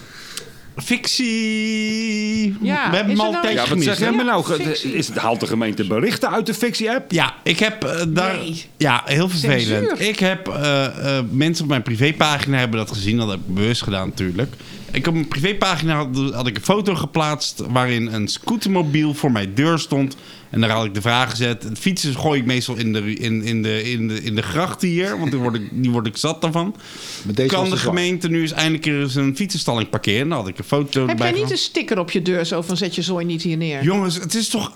Fictie. Ja, we hebben hem al een tijdje Wat gemist. zeg jij me nou? fictie. Haalt de gemeente berichten uit de fictie-app? Ja, ik heb daar... Nee. Ja, heel vervelend. Censuur. Ik heb... mensen op mijn privépagina hebben dat gezien. Dat heb ik bewust gedaan natuurlijk. Op mijn privépagina had ik een foto geplaatst... waarin een scootermobiel voor mijn deur stond. En daar had ik de vraag gezet. Het fietsen gooi ik meestal in de gracht hier. Want die word ik zat daarvan. Kan de gemeente nu eens eindelijk eens een fietsenstalling parkeren? Dan had ik een foto Heb erbij jij niet gedaan. een sticker op je deur zo van zet je zooi niet hier neer? Jongens, het is toch...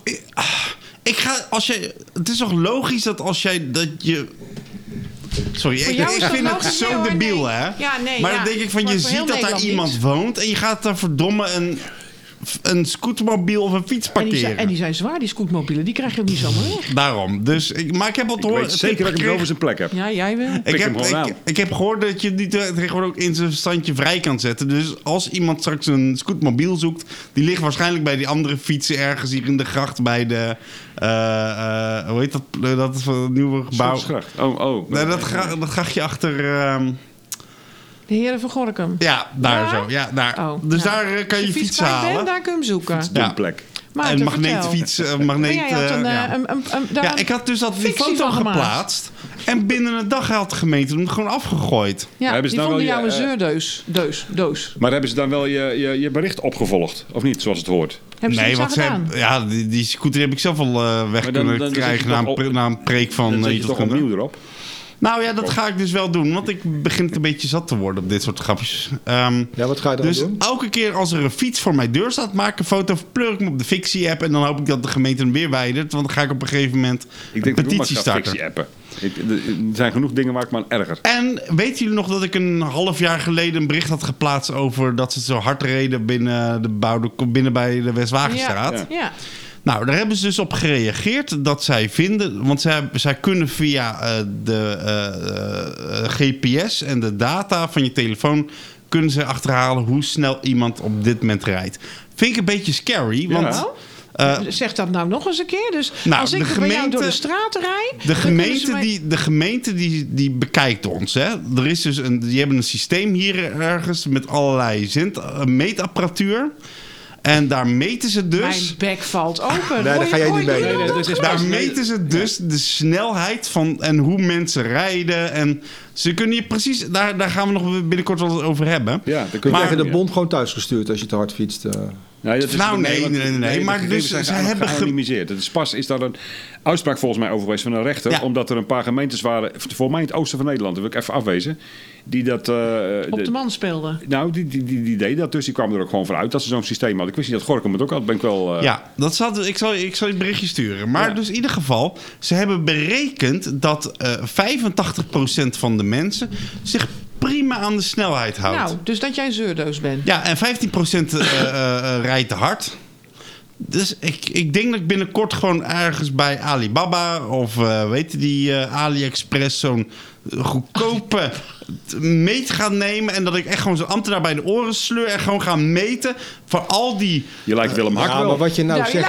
Het is toch logisch dat als jij... Sorry, ik vind het zo debiel, hè? Ja, nee, maar dan denk ik van, je ziet dat daar iemand woont... en je gaat daar verdomme een scootermobiel of een fiets parkeren. En die zijn zwaar, die scootmobielen. Die krijg je ook niet zomaar weg. Daarom. Dus, maar ik heb al te horen... Ik weet zeker dat ik hem over zijn plek heb. Ja, jij wil. Ik heb gehoord dat je die tegenwoordig ook in zijn standje vrij kan zetten. Dus als iemand straks een scootmobiel zoekt... die ligt waarschijnlijk bij die andere fietsen ergens hier in de gracht bij de... hoe heet dat? Dat is een nieuwe gebouw. Nee, dat grachtje achter... De heren van Gorinchem. Ja, daar Ja? zo. Ja, daar. Oh, Dus ja. daar kan je Als fietsen halen. daar kun je hem zoeken. Ja. plek. Maarten, En magneetfiets. Ik had dus die foto geplaatst. En binnen een dag had de gemeente hem gewoon afgegooid. Ja, hebben die ze nou vonden wel jou een zeurdoos. Maar hebben ze dan wel je bericht opgevolgd? Of niet, zoals het hoort? Hebben ze iets aan gedaan? Die scooter heb ik zelf al weg kunnen krijgen na een preek van... Dan zet je toch opnieuw erop? Nou ja, dat ga ik dus wel doen. Want ik begin het een beetje zat te worden op dit soort grapjes. Wat ga je dan doen? Dus elke keer als er een fiets voor mijn deur staat... maak ik een foto, pleur ik hem op de fictie-app... en dan hoop ik dat de gemeente hem weer weidert. Want dan ga ik op een gegeven moment een petitie starten. Fictie-appen. Er zijn genoeg dingen waar ik me aan erger. En weten jullie nog dat ik een half jaar geleden... een bericht had geplaatst over dat ze zo hard reden... binnen bij de Westwagenstraat? Ja. Nou, daar hebben ze dus op gereageerd dat zij vinden... want zij kunnen via de GPS en de data van je telefoon... kunnen ze achterhalen hoe snel iemand op dit moment rijdt. Vind ik een beetje scary, want... Zeg dat nou nog eens een keer. Dus nou, als ik bij jou door de straat rijd... De gemeente die bekijkt ons. Hè? Er is dus die hebben een systeem hier ergens... met allerlei meetapparatuur... En daar meten ze dus... Mijn bek valt open. Nee, daar ga jij niet mee. Daar meten ze dus de snelheid van en hoe mensen rijden. En ze kunnen je precies... Daar gaan we nog binnenkort wel over hebben. Ja, dan kun je tegen de bond gewoon thuisgestuurd als je te hard fietst. Nee, dat is nee. Maar dus ze hebben geanonimiseerd. Het is pas is daar een uitspraak volgens mij over geweest van een rechter. Ja. Omdat er een paar gemeentes waren, voor mij in het oosten van Nederland, dat wil ik even afwezen, die dat... op de man speelden. Nou, die deden dat dus. Die kwamen er ook gewoon vooruit dat ze zo'n systeem hadden. Ik wist niet dat Gorinchem het ook had. Ben ik wel... Ja, ik zal je het berichtje sturen. Maar dus in ieder geval, ze hebben berekend dat 85% van de mensen zich prima aan de snelheid houdt. Nou, dus dat jij een zeurdoos bent. Ja, en 15% rijdt te hard. Dus ik denk dat ik binnenkort gewoon ergens bij Alibaba of AliExpress goedkope meet ga nemen. En dat ik echt gewoon zo'n ambtenaar bij de oren sleur. En gewoon ga meten voor al die... Je lijkt Willem Hak wel. Maar wat je nou zegt...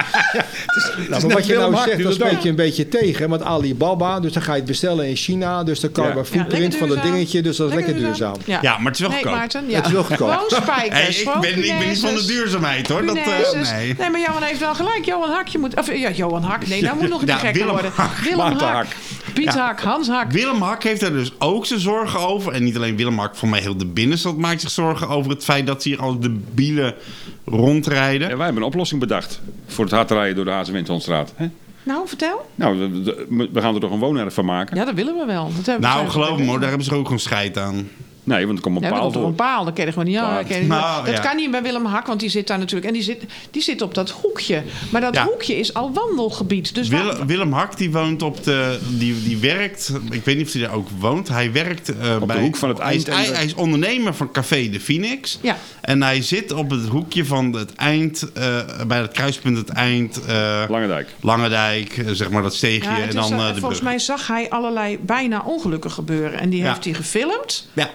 Maar wat je nou zegt, dat spreek je een beetje tegen. Want Alibaba, dus dan ga je het bestellen in China. Dus dan carbon footprint van dat dingetje. Dus dat is lekker duurzaam. Ja, maar het is wel goedkoop. Maarten, Het is wel goedkoop. Gewoon spijkers. Ik ben niet van de duurzaamheid, hoor. Nee, maar Johan heeft wel gelijk. Johan Hak, Johan Hak. Nee, nou moet nog een keer gekker worden. Willem Hak. Piet Hak, Hans Hak. Willem Hak heeft er dus ook zijn zorgen over. En niet alleen Willem Hak, voor mij heel de binnenstad maakt zich zorgen over het feit dat ze hier als debielen rondrijden. Ja, wij hebben een oplossing bedacht voor het hard rijden door de Hazen-Windholmstraat. Nou, vertel. Nou, we gaan er toch een woonerf van maken? Ja, dat willen we wel. Geloof me hoor, daar hebben ze ook gewoon scheid aan. Nee, want er komt een paal voor. voor. Een paal, dat ken je gewoon niet aan. Dat kan niet bij Willem Hak, want die zit daar natuurlijk. En die zit op dat hoekje. Maar dat hoekje is al wandelgebied. Dus Willem Hak die woont op die werkt. Ik weet niet of hij daar ook woont. Hij werkt op bij de hoek van het eind. Hij is ondernemer van Café de Phoenix. Ja. En hij zit op het hoekje van het eind, bij het kruispunt het eind. Langendijk, zeg maar dat steegje. Ja, en dan de volgens brug. mij zag hij allerlei bijna ongelukken gebeuren. En die heeft hij gefilmd. Ja.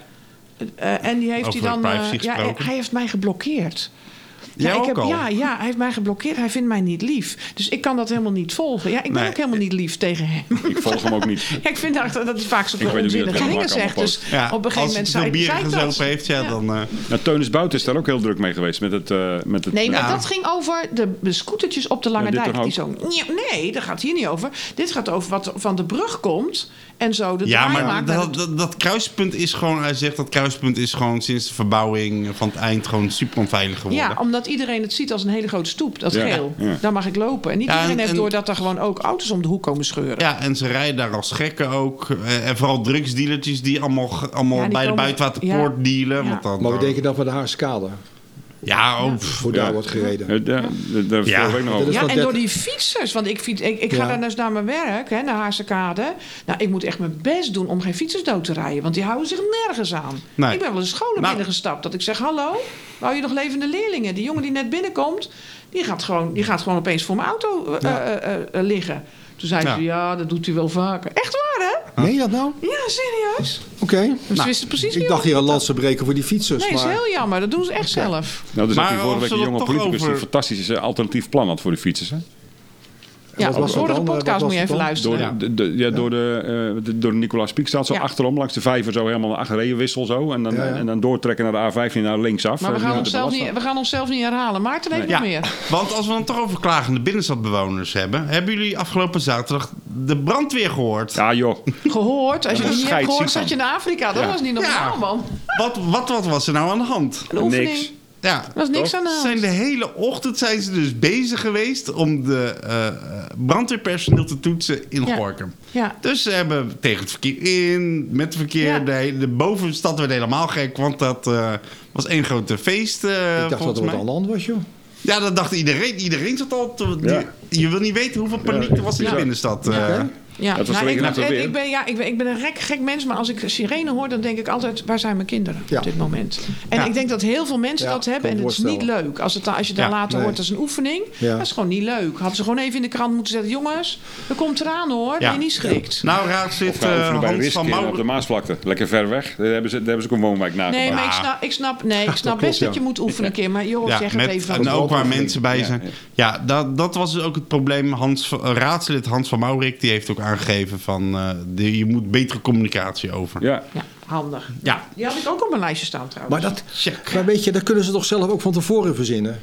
En die heeft Over hij dan. privacy gesproken. Hij heeft mij geblokkeerd. Jij ook al? Ja, hij heeft mij geblokkeerd. Hij vindt mij niet lief. Dus ik kan dat helemaal niet volgen. Ja, ik ben ook helemaal niet lief tegen hem. Ik volg hem ook niet. Ja, ik vind dat is vaak zoveel weet ook niet onzinnige wat dingen Willem Hak zegt. Dus Ja, op een gegeven moment als hij bier gezopen heeft, dan... Nou, Teunis Bout is daar ook heel druk mee geweest met het... Nee, maar dat ging over de scootertjes op de Lange dit Dijk. toch Die zo, nee, dat gaat hier niet over. Dit gaat over wat van de brug komt en zo de Ja, draai maar maakt. dat kruispunt is gewoon... Hij zegt dat kruispunt is gewoon sinds de verbouwing van het eind gewoon super onveilig geworden. Ja, omdat iedereen het ziet als een hele grote stoep. Dat Ja. geel. Ja. Daar mag ik lopen. En niet iedereen heeft door dat er gewoon ook auto's om de hoek komen scheuren. Ja, en ze rijden daar als gekken ook. En vooral drugsdealertjes die allemaal die bij de komen- buitenwaterpoort dealen. Ja. Want dan, Maar we denken dan van de Haarskade. Ja, Hoe daar wordt gereden. Daar Ja. vorige week nog over. Dat is Ja, wat en dat- door die fietsers. Want ik ga Ja. daar dus naar mijn werk, naar Haarsekade. Nou, ik moet echt mijn best doen om geen fietsers dood te rijden. Want die houden zich nergens aan. Nee. Ik ben wel eens scholen binnengestapt. Dat ik zeg, hallo, wou je nog levende leerlingen? Die jongen die net binnenkomt, die gaat gewoon opeens voor mijn auto liggen. Toen zei ze, ja, dat doet hij wel vaker. Echt waar, hè? Meen je dat nou? Ja, serieus. Oké. Dus ze wisten precies Ik niet dacht of hier een dat- lans te breken voor die fietsers. Nee, dat is maar... heel jammer. Dat doen ze echt zelf. Nou, dus heb je Maar vorige als week we een dat jonge toch politicus die over- een fantastisch alternatief plan had voor de fietsers. Hè? Ja, Wat was de dat vorige dan? podcast Wat moet je was even het dan? luisteren. Door de Nicolaas Piekstraat, zo Ja. achterom, langs de Vijver, zo helemaal naar achterrijdenwissel zo. En dan doortrekken naar de A15 naar linksaf. Maar we Nu gaan, had we gaan onszelf niet herhalen. Maarten heeft nog meer. Want als we dan toch over klagende binnenstadbewoners hebben jullie afgelopen zaterdag de brandweer gehoord? Ja, joh. Gehoord. Als je Dat het is niet hebt gehoord, scheidsziek, zat je in Afrika. Dat Ja. was niet normaal, Ja. man. Wat was er nou aan de hand? Een oefening. Niks. Ja, Er was niks aan de hand. zijn de hele ochtend zijn ze dus bezig geweest om de brandweerpersoneel te toetsen in Ja. Gorinchem. Ja. Dus ze hebben tegen het verkeer in, met het verkeer. Ja. De bovenstad werd helemaal gek, want dat was één grote feest. Ik dacht dat volgens er wat mij. aan de hand was, joh. Ja, dat dacht iedereen. Iedereen zat al. Ja. Je wil niet weten hoeveel paniek er was in de Ja. binnenstad. Ja, Dat was nou, vanwege het weer. ik ben een gek mens, maar als ik sirene hoor, dan denk ik altijd, waar zijn mijn kinderen Ja. op dit moment? En Ja. ik denk dat heel veel mensen Ja, dat hebben kan en me het is niet voorstellen. leuk. Als je daar Ja, later nee. hoort als een oefening, Ja. dat is gewoon niet leuk. Hadden ze gewoon even in de krant moeten zetten, jongens, er komt eraan hoor, Ja. ben je niet schrikt. Nou, raadslid Gaan oefenen bij Hans Risk van op de Mauer. Maasvlakte. Lekker ver weg. Daar hebben ze ook een woonwijk naast. Nee, gebouwd. maar ik snap best klopt, dat je ja. moet oefenen een keer. Maar joh, Ja, zeg het even. en ook waar Oefening. mensen bij Ja, zijn. Ja, dat was dus ook het probleem. Raadslid Hans van Maurik die heeft ook aangegeven van je moet betere communicatie over. Ja. Ja, handig. Ja. Die had ik ook op mijn lijstje staan trouwens. Maar, maar weet je, dat kunnen ze toch zelf ook van tevoren verzinnen?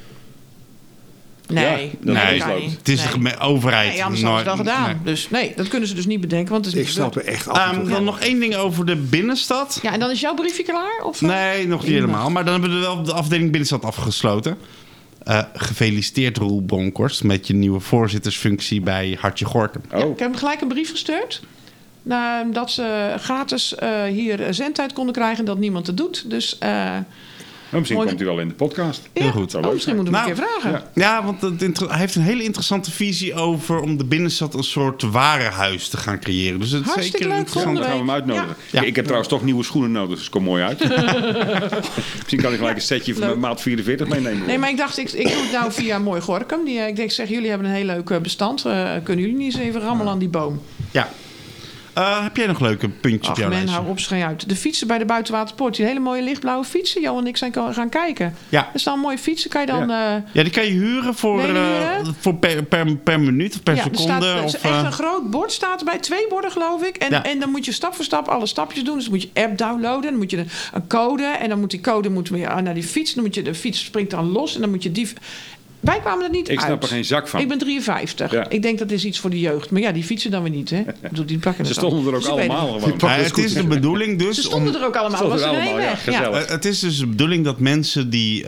Nee, Ja, dat nee, is dat kan leuk. niet. Het is Nee. de overheid. Nee, anders hadden ze het wel gedaan. Nee. Dus nee, dat kunnen ze dus niet bedenken. Want het is Ik niet snap gebeurd. er echt af en toe. Dan nog één ding over de binnenstad. Ja, en dan is jouw briefje klaar? Of? Nee, nog niet helemaal. Maar dan hebben we wel de afdeling binnenstad afgesloten. Gefeliciteerd Roel Bronkhorst met je nieuwe voorzittersfunctie bij Hartje Gorinchem. Ja, ik heb hem gelijk een brief gestuurd. Dat ze gratis hier zendtijd konden krijgen en dat niemand het doet. Dus Misschien Mooi. komt hij wel in de podcast. Heel goed. Zou leuk misschien zijn. moeten we Nou, een keer vragen. ja. Ja, want hij heeft een hele interessante visie over om de binnenstad een soort warenhuis te gaan creëren. Dus het is Hartstikke zeker leuk, interessant. Dan gaan we hem uitnodigen. Ja. Ik heb trouwens toch nieuwe schoenen nodig, dus het komt mooi uit. Misschien kan ik gelijk een setje van Leuk. maat 44 meenemen. Nee, maar ik dacht, ik doe het nou via Mooi Gorinchem. Ik zeg, jullie hebben een heel leuk bestand. Kunnen jullie niet eens even rammelen aan die boom? Ja. Heb jij nog leuke puntjes op jouw Men, lijstje? hou op, schijn uit. De fietsen bij de Buitenwaterpoort. Die hele mooie lichtblauwe fietsen. Johan en ik zijn gaan kijken. Ja. Er staan mooie fietsen. Kan je dan... Ja, die kan je huren voor per minuut of per seconde. Er is echt een groot bord staat erbij. 2 borden geloof ik. En dan moet je stap voor stap alle stapjes doen. Dus dan moet je app downloaden. Dan moet je een code. En dan moet die code weer naar die fiets. Dan moet je de fiets springt dan los. En dan moet je die... Wij kwamen er niet uit. Ik snap er geen zak van. Ik ben 53. Ja. Ik denk dat is iets voor de jeugd. Maar ja, die fietsen dan weer niet. Hè? Die pakken Ze het dan. stonden er ook Dus ik weet allemaal het. gewoon. Het is de bedoeling dus Ze stonden er ook allemaal. Was er één weg. gezellig. Het is dus de bedoeling dat mensen die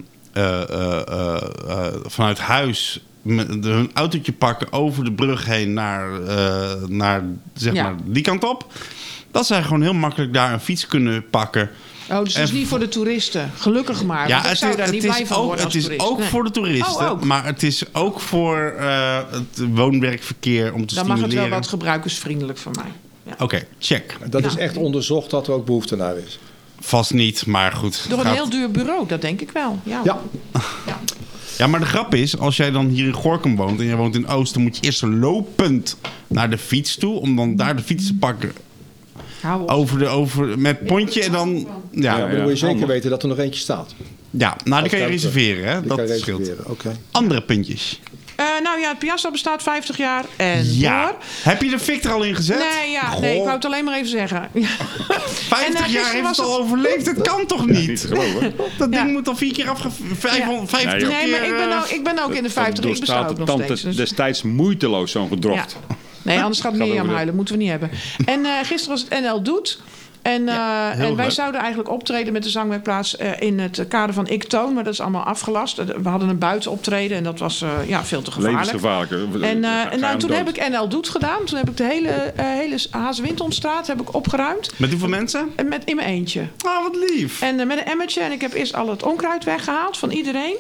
vanuit huis hun autootje pakken over de brug heen naar zeg maar die kant op, dat zij gewoon heel makkelijk daar een fiets kunnen pakken. Oh, dus het is niet voor de toeristen. Gelukkig maar. Ja, Want ik zou daar niet blij van worden als het is toerist. ook Nee. voor de toeristen, ook. maar het is ook voor het woon-werkverkeer om te Dan mag stimuleren. het wel wat gebruikersvriendelijk voor mij. Ja. Oké, check. Dat is echt onderzocht dat er ook behoefte naar is. Vast niet, maar goed. Door een Gaat- heel duur bureau, dat denk ik wel. Ja. Ja, Ja, maar de grap is, als jij dan hier in Gorinchem woont en jij woont in Oost, dan moet je eerst lopend naar de fiets toe om dan daar de fiets te pakken Hou op. over met pontje en dan maar dan moet je zeker handig. weten dat er nog eentje staat. ja, nou die kan je dat- reserveren, hè? Die Dat kan je scheelt. reserveren. Oké. Andere puntjes. Nou ja, het Piazza bestaat 50 jaar. En Ja. door. Heb je de fik er al in gezet? Nee, ik wou het alleen maar even zeggen. Ja. 50 En, jaar gisteren heeft was het al het- overleefd. Het kan toch Niet niet? te geloven. Dat ding Ja. moet al 4 keer 50 Nee, keer... Nee, maar ik ben ook in de 50. Ik besta ook nog tante steeds. Dus- destijds moeiteloos zo'n gedrocht. Ja. Nee, anders gaat Mirjam over de- huilen. Moeten we niet hebben. En gisteren was het NL Doet. En wij leuk. zouden eigenlijk optreden met de Zangwerkplaats in het kader van Ik Toon. Maar dat is allemaal afgelast. We hadden een buitenoptreden en dat was veel te gevaarlijk. Levensgevaarlijk. En toen heb ik NL Doet gedaan. Toen heb ik de hele Hazenwintonstraat heb ik opgeruimd. Met hoeveel mensen? En in mijn eentje. Ah, wat lief. En met een emmertje. En ik heb eerst al het onkruid weggehaald van iedereen.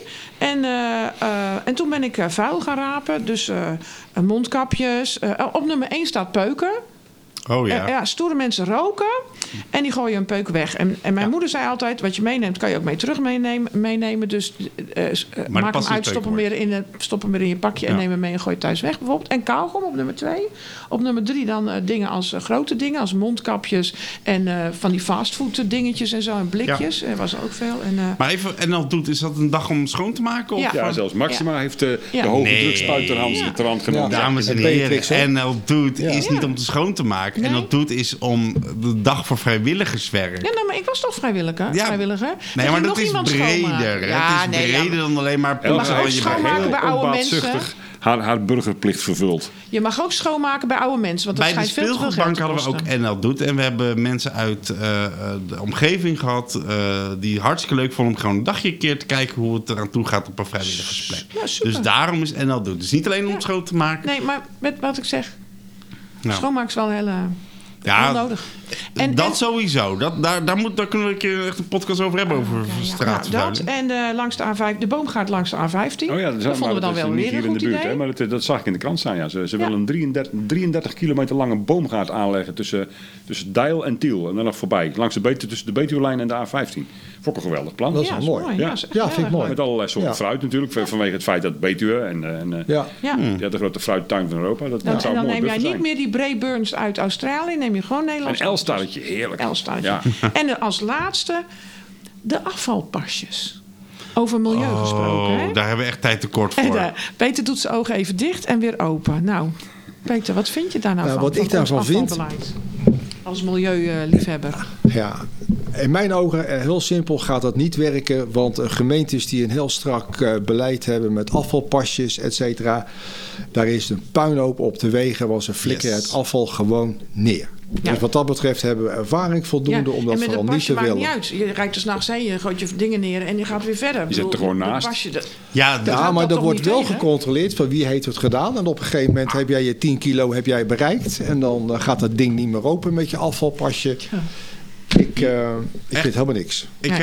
En toen ben ik vuil gaan rapen. Dus mondkapjes. Op nummer 1 staat peuken. Oh ja. Stoere mensen roken en die gooien een peuk weg. En mijn moeder zei altijd, wat je meeneemt, kan je ook mee terug meenemen. Dus maak hem uit, stop hem weer in je pakje en neem hem mee en gooi het thuis weg bijvoorbeeld. En kauwgom op nummer 2. Op nummer 3 dan dingen als grote dingen, als mondkapjes en van die fastfood dingetjes en zo en blikjes. Er was ook veel. Maar even, NL Doet, is dat een dag om schoon te maken? Of? Ja. Ja, zelfs Maxima heeft de Ja. hoge Nee. drukspuit ter hand genomen. Ja. Dames en En heren, Beatrix, hè? NL Doet is Ja. niet om te schoon te maken. Nee. NL Doet is om de dag voor vrijwilligerswerk. Ja, nou, maar ik was toch vrijwilliger? Ja. vrijwilliger. Nee, Er maar ging dat nog is iemand breder. schoonmaken. Ja, Het is nee, breder dan alleen maar Elke poetsen ook van je heeft schoonmaken been. bij oude onbaatzuchtig haar burgerplicht vervuld. Je mag ook schoonmaken bij oude mensen. Want dat Bij de schijnt veel te veel geld speelgoedbank te hadden we kosten. ook NL Doet. En we hebben mensen uit de omgeving gehad die hartstikke leuk vonden om gewoon een dagje een keer te kijken hoe het eraan toe gaat op een vrijwilligersplek. Ja, super. Dus daarom is NL Doet. Dus niet alleen om het schoon te maken. Nee, maar met wat ik zeg, Nou, schoonmaken is wel heel ja, nodig. dat sowieso. Daar kunnen we een keer echt een podcast over hebben. Over Nou, straatvervuiling. dat en langs de A5, de boomgaard langs de A15. Oh ja, dat vonden we dan wel weer een goed idee. Hè, maar dat zag ik in de krant staan. Ja. Ze willen een 33 kilometer lange boomgaard aanleggen tussen Deil en Tiel. En dan nog voorbij. Tussen de Betuwelijn en de A15. Vond ik een geweldig plan. Dat is wel mooi. Ja. is echt Ja, heel vind ik erg mooi. Met allerlei soorten Ja. fruit natuurlijk. Vanwege het feit dat Betuwe en Ja. Ja. de grote fruittuin van Europa. Dat En zou dan een mooi neem jij buffer niet zijn. meer die Braeburns uit Australië. Neem je gewoon Nederlands. Een Elstarretje, heerlijk. Elstarretje. Ja. En als laatste de afvalpasjes. Over milieu gesproken. Hè? Oh, daar hebben we echt tijd tekort voor. En, Peter doet zijn ogen even dicht en weer open. Nou, Peter, wat vind je daar nou van? Wat ik van daarvan ons vind? afvalbeleid? Als milieuliefhebber. Ja, in mijn ogen, heel simpel, gaat dat niet werken. Want gemeentes die een heel strak beleid hebben met afvalpasjes, et cetera. Daar is een puinhoop op de wegen, want ze flikkeren Yes. het afval gewoon neer. Ja. Dus wat dat betreft hebben we ervaring voldoende om dat en met vooral een niet pasje te maakt willen. niet uit. Je rijdt er s'nachts heen, je gooit je dingen neer en je gaat weer verder. Je zet er gewoon naast. Pasje, Ja, houdt Ja, maar dat er toch wordt niet wel tegen? gecontroleerd van wie heeft het gedaan. En op een gegeven moment heb jij je 10 kilo bereikt. En dan gaat dat ding niet meer open met je afvalpasje. Ik vind helemaal niks.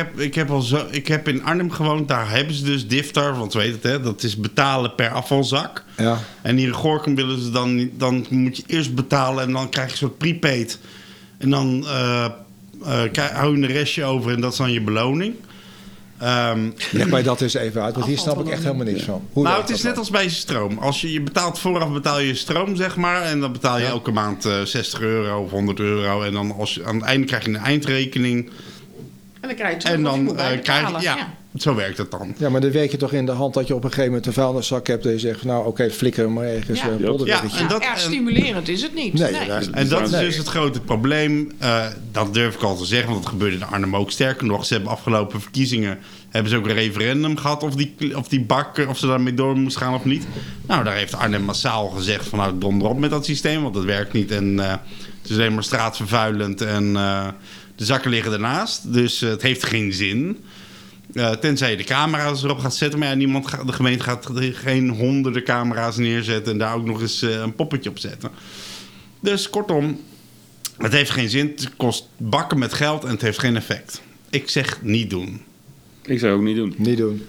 Ik heb in Arnhem gewoond. Daar hebben ze dus Diftar. Want weet het, hè, dat is betalen per afvalzak. Ja. En hier in Gorinchem willen ze dan moet je eerst betalen. En dan krijg je een soort prepaid. En dan hou je een restje over. En dat is dan je beloning. Leg mij dat eens even uit, want hier snap ik echt helemaal niks van. Hoe Nou, werkt het is dat net als bij je stroom. Als je betaalt vooraf betaal je stroom, zeg maar. En dan betaal je elke maand €60 of €100. En dan aan het einde krijg je een eindrekening. En dan krijg je terug En wat je dan moet bijbetalen. zo werkt het dan. Ja, maar dan werk je toch in de hand dat je op een gegeven moment een vuilniszak hebt. En je zegt, nou oké, flikker hem maar ergens Ja. een polderweggetje. En dat- Erg stimulerend is het niet. Nee, Nee. En dat is dus het grote probleem. Dat durf ik al te zeggen, want dat gebeurde in Arnhem ook. Sterker nog, ze hebben afgelopen verkiezingen hebben ze ook een referendum gehad of die bak, of ze daarmee door moest gaan of niet. Nou, daar heeft Arnhem massaal gezegd van nou, donder op met dat systeem, want dat werkt niet. En het is alleen maar straatvervuilend en de zakken liggen ernaast. Dus het heeft geen zin. Tenzij je de camera's erop gaat zetten. Maar ja, de gemeente gaat geen honderden camera's neerzetten en daar ook nog eens een poppetje op zetten. Dus kortom, het heeft geen zin. Het kost bakken met geld en het heeft geen effect. Ik zeg niet doen. Ik zou ook niet doen. Niet doen.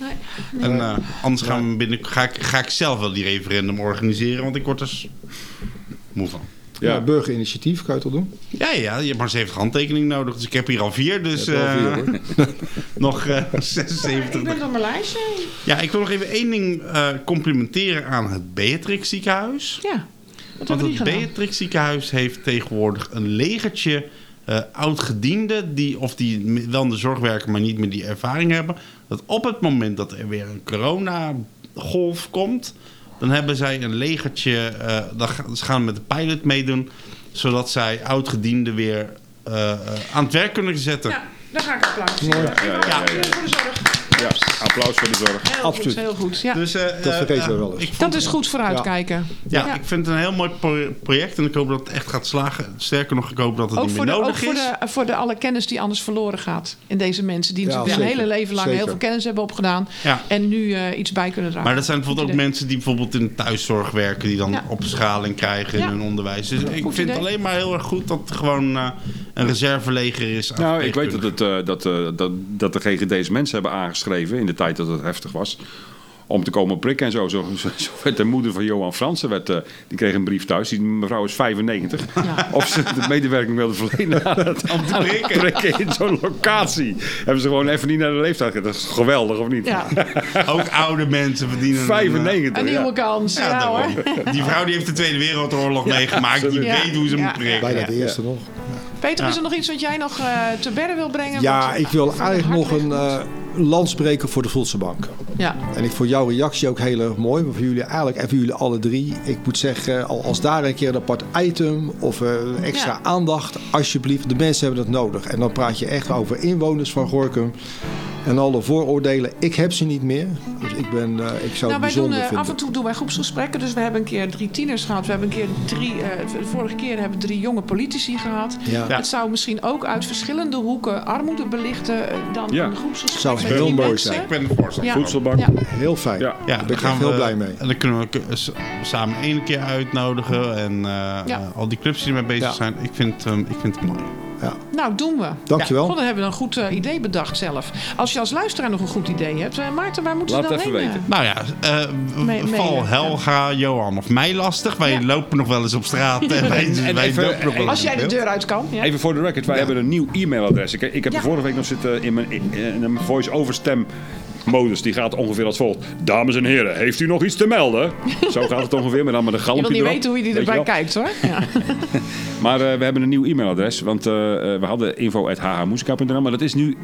En anders ga ik zelf wel die referendum organiseren, want ik word er moe van. Ja, burgerinitiatief kan je toch doen? Ja, je hebt maar 70 handtekeningen nodig. Dus ik heb hier al 4. Dus Je hebt al 4, hoor. nog 76. Ik ben op mijn lijstje. Ja, ik wil nog even één ding complimenteren aan het Beatrix ziekenhuis. Ja, wat Want hebben die het gedaan? Beatrix ziekenhuis heeft tegenwoordig een legertje oud-gedienden... die wel in de zorg werken, maar niet meer die ervaring hebben. Dat op het moment dat er weer een coronagolf komt... dan hebben zij een legertje... ze gaan met de pilot meedoen... zodat zij oud-gedienden weer aan het werk kunnen zetten. Ja, daar ga ik applaus. Mooi. Ja, voor de zorg. Ja, applaus voor de zorg. Heel Absoluut. goed, heel goed. Ja. Dus, Dat vergeten we wel eens. ik vond- Dat is goed vooruitkijken. Ja, ik vind het een heel mooi project en ik hoop dat het echt gaat slagen. Sterker nog, ik hoop dat het Ook niet voor, meer ook nodig is. voor alle kennis die anders verloren gaat. In deze mensen die Ja, natuurlijk hun zeker. hele leven lang Zeker. heel veel kennis hebben opgedaan. Ja. En nu iets bij kunnen dragen. Maar dat zijn bijvoorbeeld ook Goed idee. mensen die bijvoorbeeld in de thuiszorg werken... die dan Ja. opschaling krijgen in Ja. hun onderwijs. Dus ik Goed vind het idee. alleen maar heel erg goed dat er gewoon een reserveleger is. aan Nou, ik weet verpleegkundigen. dat de GGD's mensen hebben aangeschreven in de tijd dat het heftig was. Om te komen prikken en zo. Zo werd de moeder van Johan Fransen, die kreeg een brief thuis. Die mevrouw is 95. Ja. Of ze de medewerking wilde verlenen aan het prikken in zo'n locatie. Hebben ze gewoon even niet naar de leeftijd gegeven. Dat is geweldig, of niet? Ja, Ook oude mensen verdienen... 95. een nieuwe ja. kans. Ja, Ja, hoor. daarom. Die vrouw die heeft de Tweede Wereldoorlog meegemaakt. Die Ja. weet hoe ze Ja. moet prikken. Bijna de eerste nog. Peter, is er nog iets wat jij nog te berden wil brengen? Ja, Want, ik wil eigenlijk nog hart een lans breken voor de Voedselbank. Ja, En ik vond jouw reactie ook heel erg mooi. Maar voor jullie eigenlijk en voor jullie alle drie. Ik moet zeggen, als daar een keer een apart item of extra Ja. aandacht, alsjeblieft. De mensen hebben dat nodig. En dan praat je echt over inwoners van Gorinchem. En alle vooroordelen, ik heb ze niet meer. Dus ik zou het nou, wij doen, bijzonder vinden. af en toe doen wij groepsgesprekken. Dus we hebben een keer 3 tieners gehad. We hebben een keer de vorige keer hebben we 3 jonge politici gehad. Ja. Ja. Het zou misschien ook uit verschillende hoeken armoede belichten. Dan Ja. een groepsgesprek Zou met heel die mooi mensen. zijn. Ik ben ervoor. Ja. Voedselbank. Ja. Heel fijn. Ja. Ja, Daar ben ik echt heel blij mee. En dan kunnen we samen één keer uitnodigen. En al die clubs die ermee bezig Ja. zijn. Ik vind het mooi. Ja. Nou, doen we. Dankjewel. God, dan hebben we een goed idee bedacht zelf. Als je als luisteraar nog een goed idee hebt. Maarten, waar moeten Laat ze dan even heen? weten. Nou ja, val mailen, Helga, Johan of mij lastig. Wij Ja. lopen nog wel eens op straat. En wij even- lopen nog wel Als eens jij in de beeld. deur uit kan. Ja. Even voor de record, wij hebben een nieuw e-mailadres. Ik heb Ja. de vorige week nog zitten in een voice-over stem modus. Die gaat ongeveer als volgt. Dames en heren, heeft u nog iets te melden? Zo gaat het ongeveer, maar dan met een Je galmpje wil niet erop. weten hoe je die Weet erbij wel. kijkt hoor. Ja. Maar we hebben een nieuw e-mailadres. Want we hadden info@hhmusica.nl. Maar dat is nu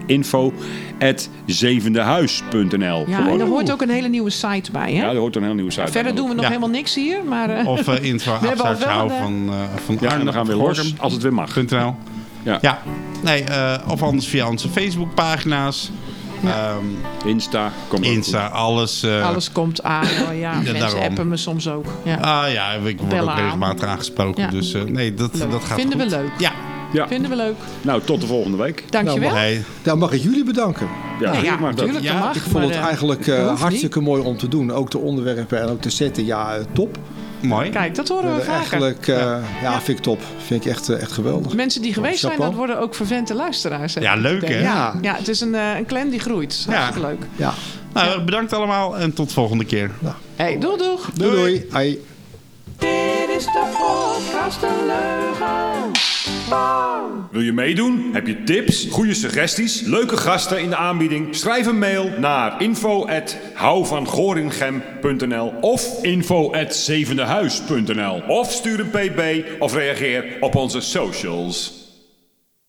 info@zevendehuis.nl. Ja, en er hoort ook een hele nieuwe site bij. Hè? Ja, er hoort een heel nieuwe site. Verder doen we nog Ja. helemaal niks hier. Maar, Of info We hebben al Abstartshou wel van Ja, en dan gaan we weer los als het weer mag. Arnhem.nl. Ja. Ja, nee, of anders via onze Facebookpagina's. Insta, kom maar Insta, alles. alles komt aan. Hoor. Ja, mensen daarom. appen me soms ook. Ja. Ah ja, ik word Bellen ook aan. regelmatig aangesproken. Ja. Dus nee, dat gaat Vinden goed. we leuk. Ja. Ja. Vinden we leuk. Nou, tot de volgende week. Dankjewel. Nee, Dan mag ik jullie bedanken. Ja, Nee, ja, maar dat- natuurlijk. Ja, dat mag. Ik vond het maar, eigenlijk dat hoeft hartstikke mooi om te doen. Ook de onderwerpen en ook de zetten. Ja, top. mooi. Kijk, dat horen we vaker. Eigenlijk, vind ik top. Vind ik echt geweldig. Mensen die geweest zijn, Chapeau. dat worden ook vervente luisteraars. Hè? Ja, leuk, hè? Ja, ja, het is een clan die groeit. Hartstikke leuk. Ja. Nou, bedankt allemaal en tot volgende keer. Hey, doeg. Doei. Doei. Hoi. Dit is de podcast De Leugen. Wil je meedoen? Heb je tips, goede suggesties, leuke gasten in de aanbieding? Schrijf een mail naar info@houvangoringem.nl of info@zevendehuis.nl of stuur een pb of reageer op onze socials.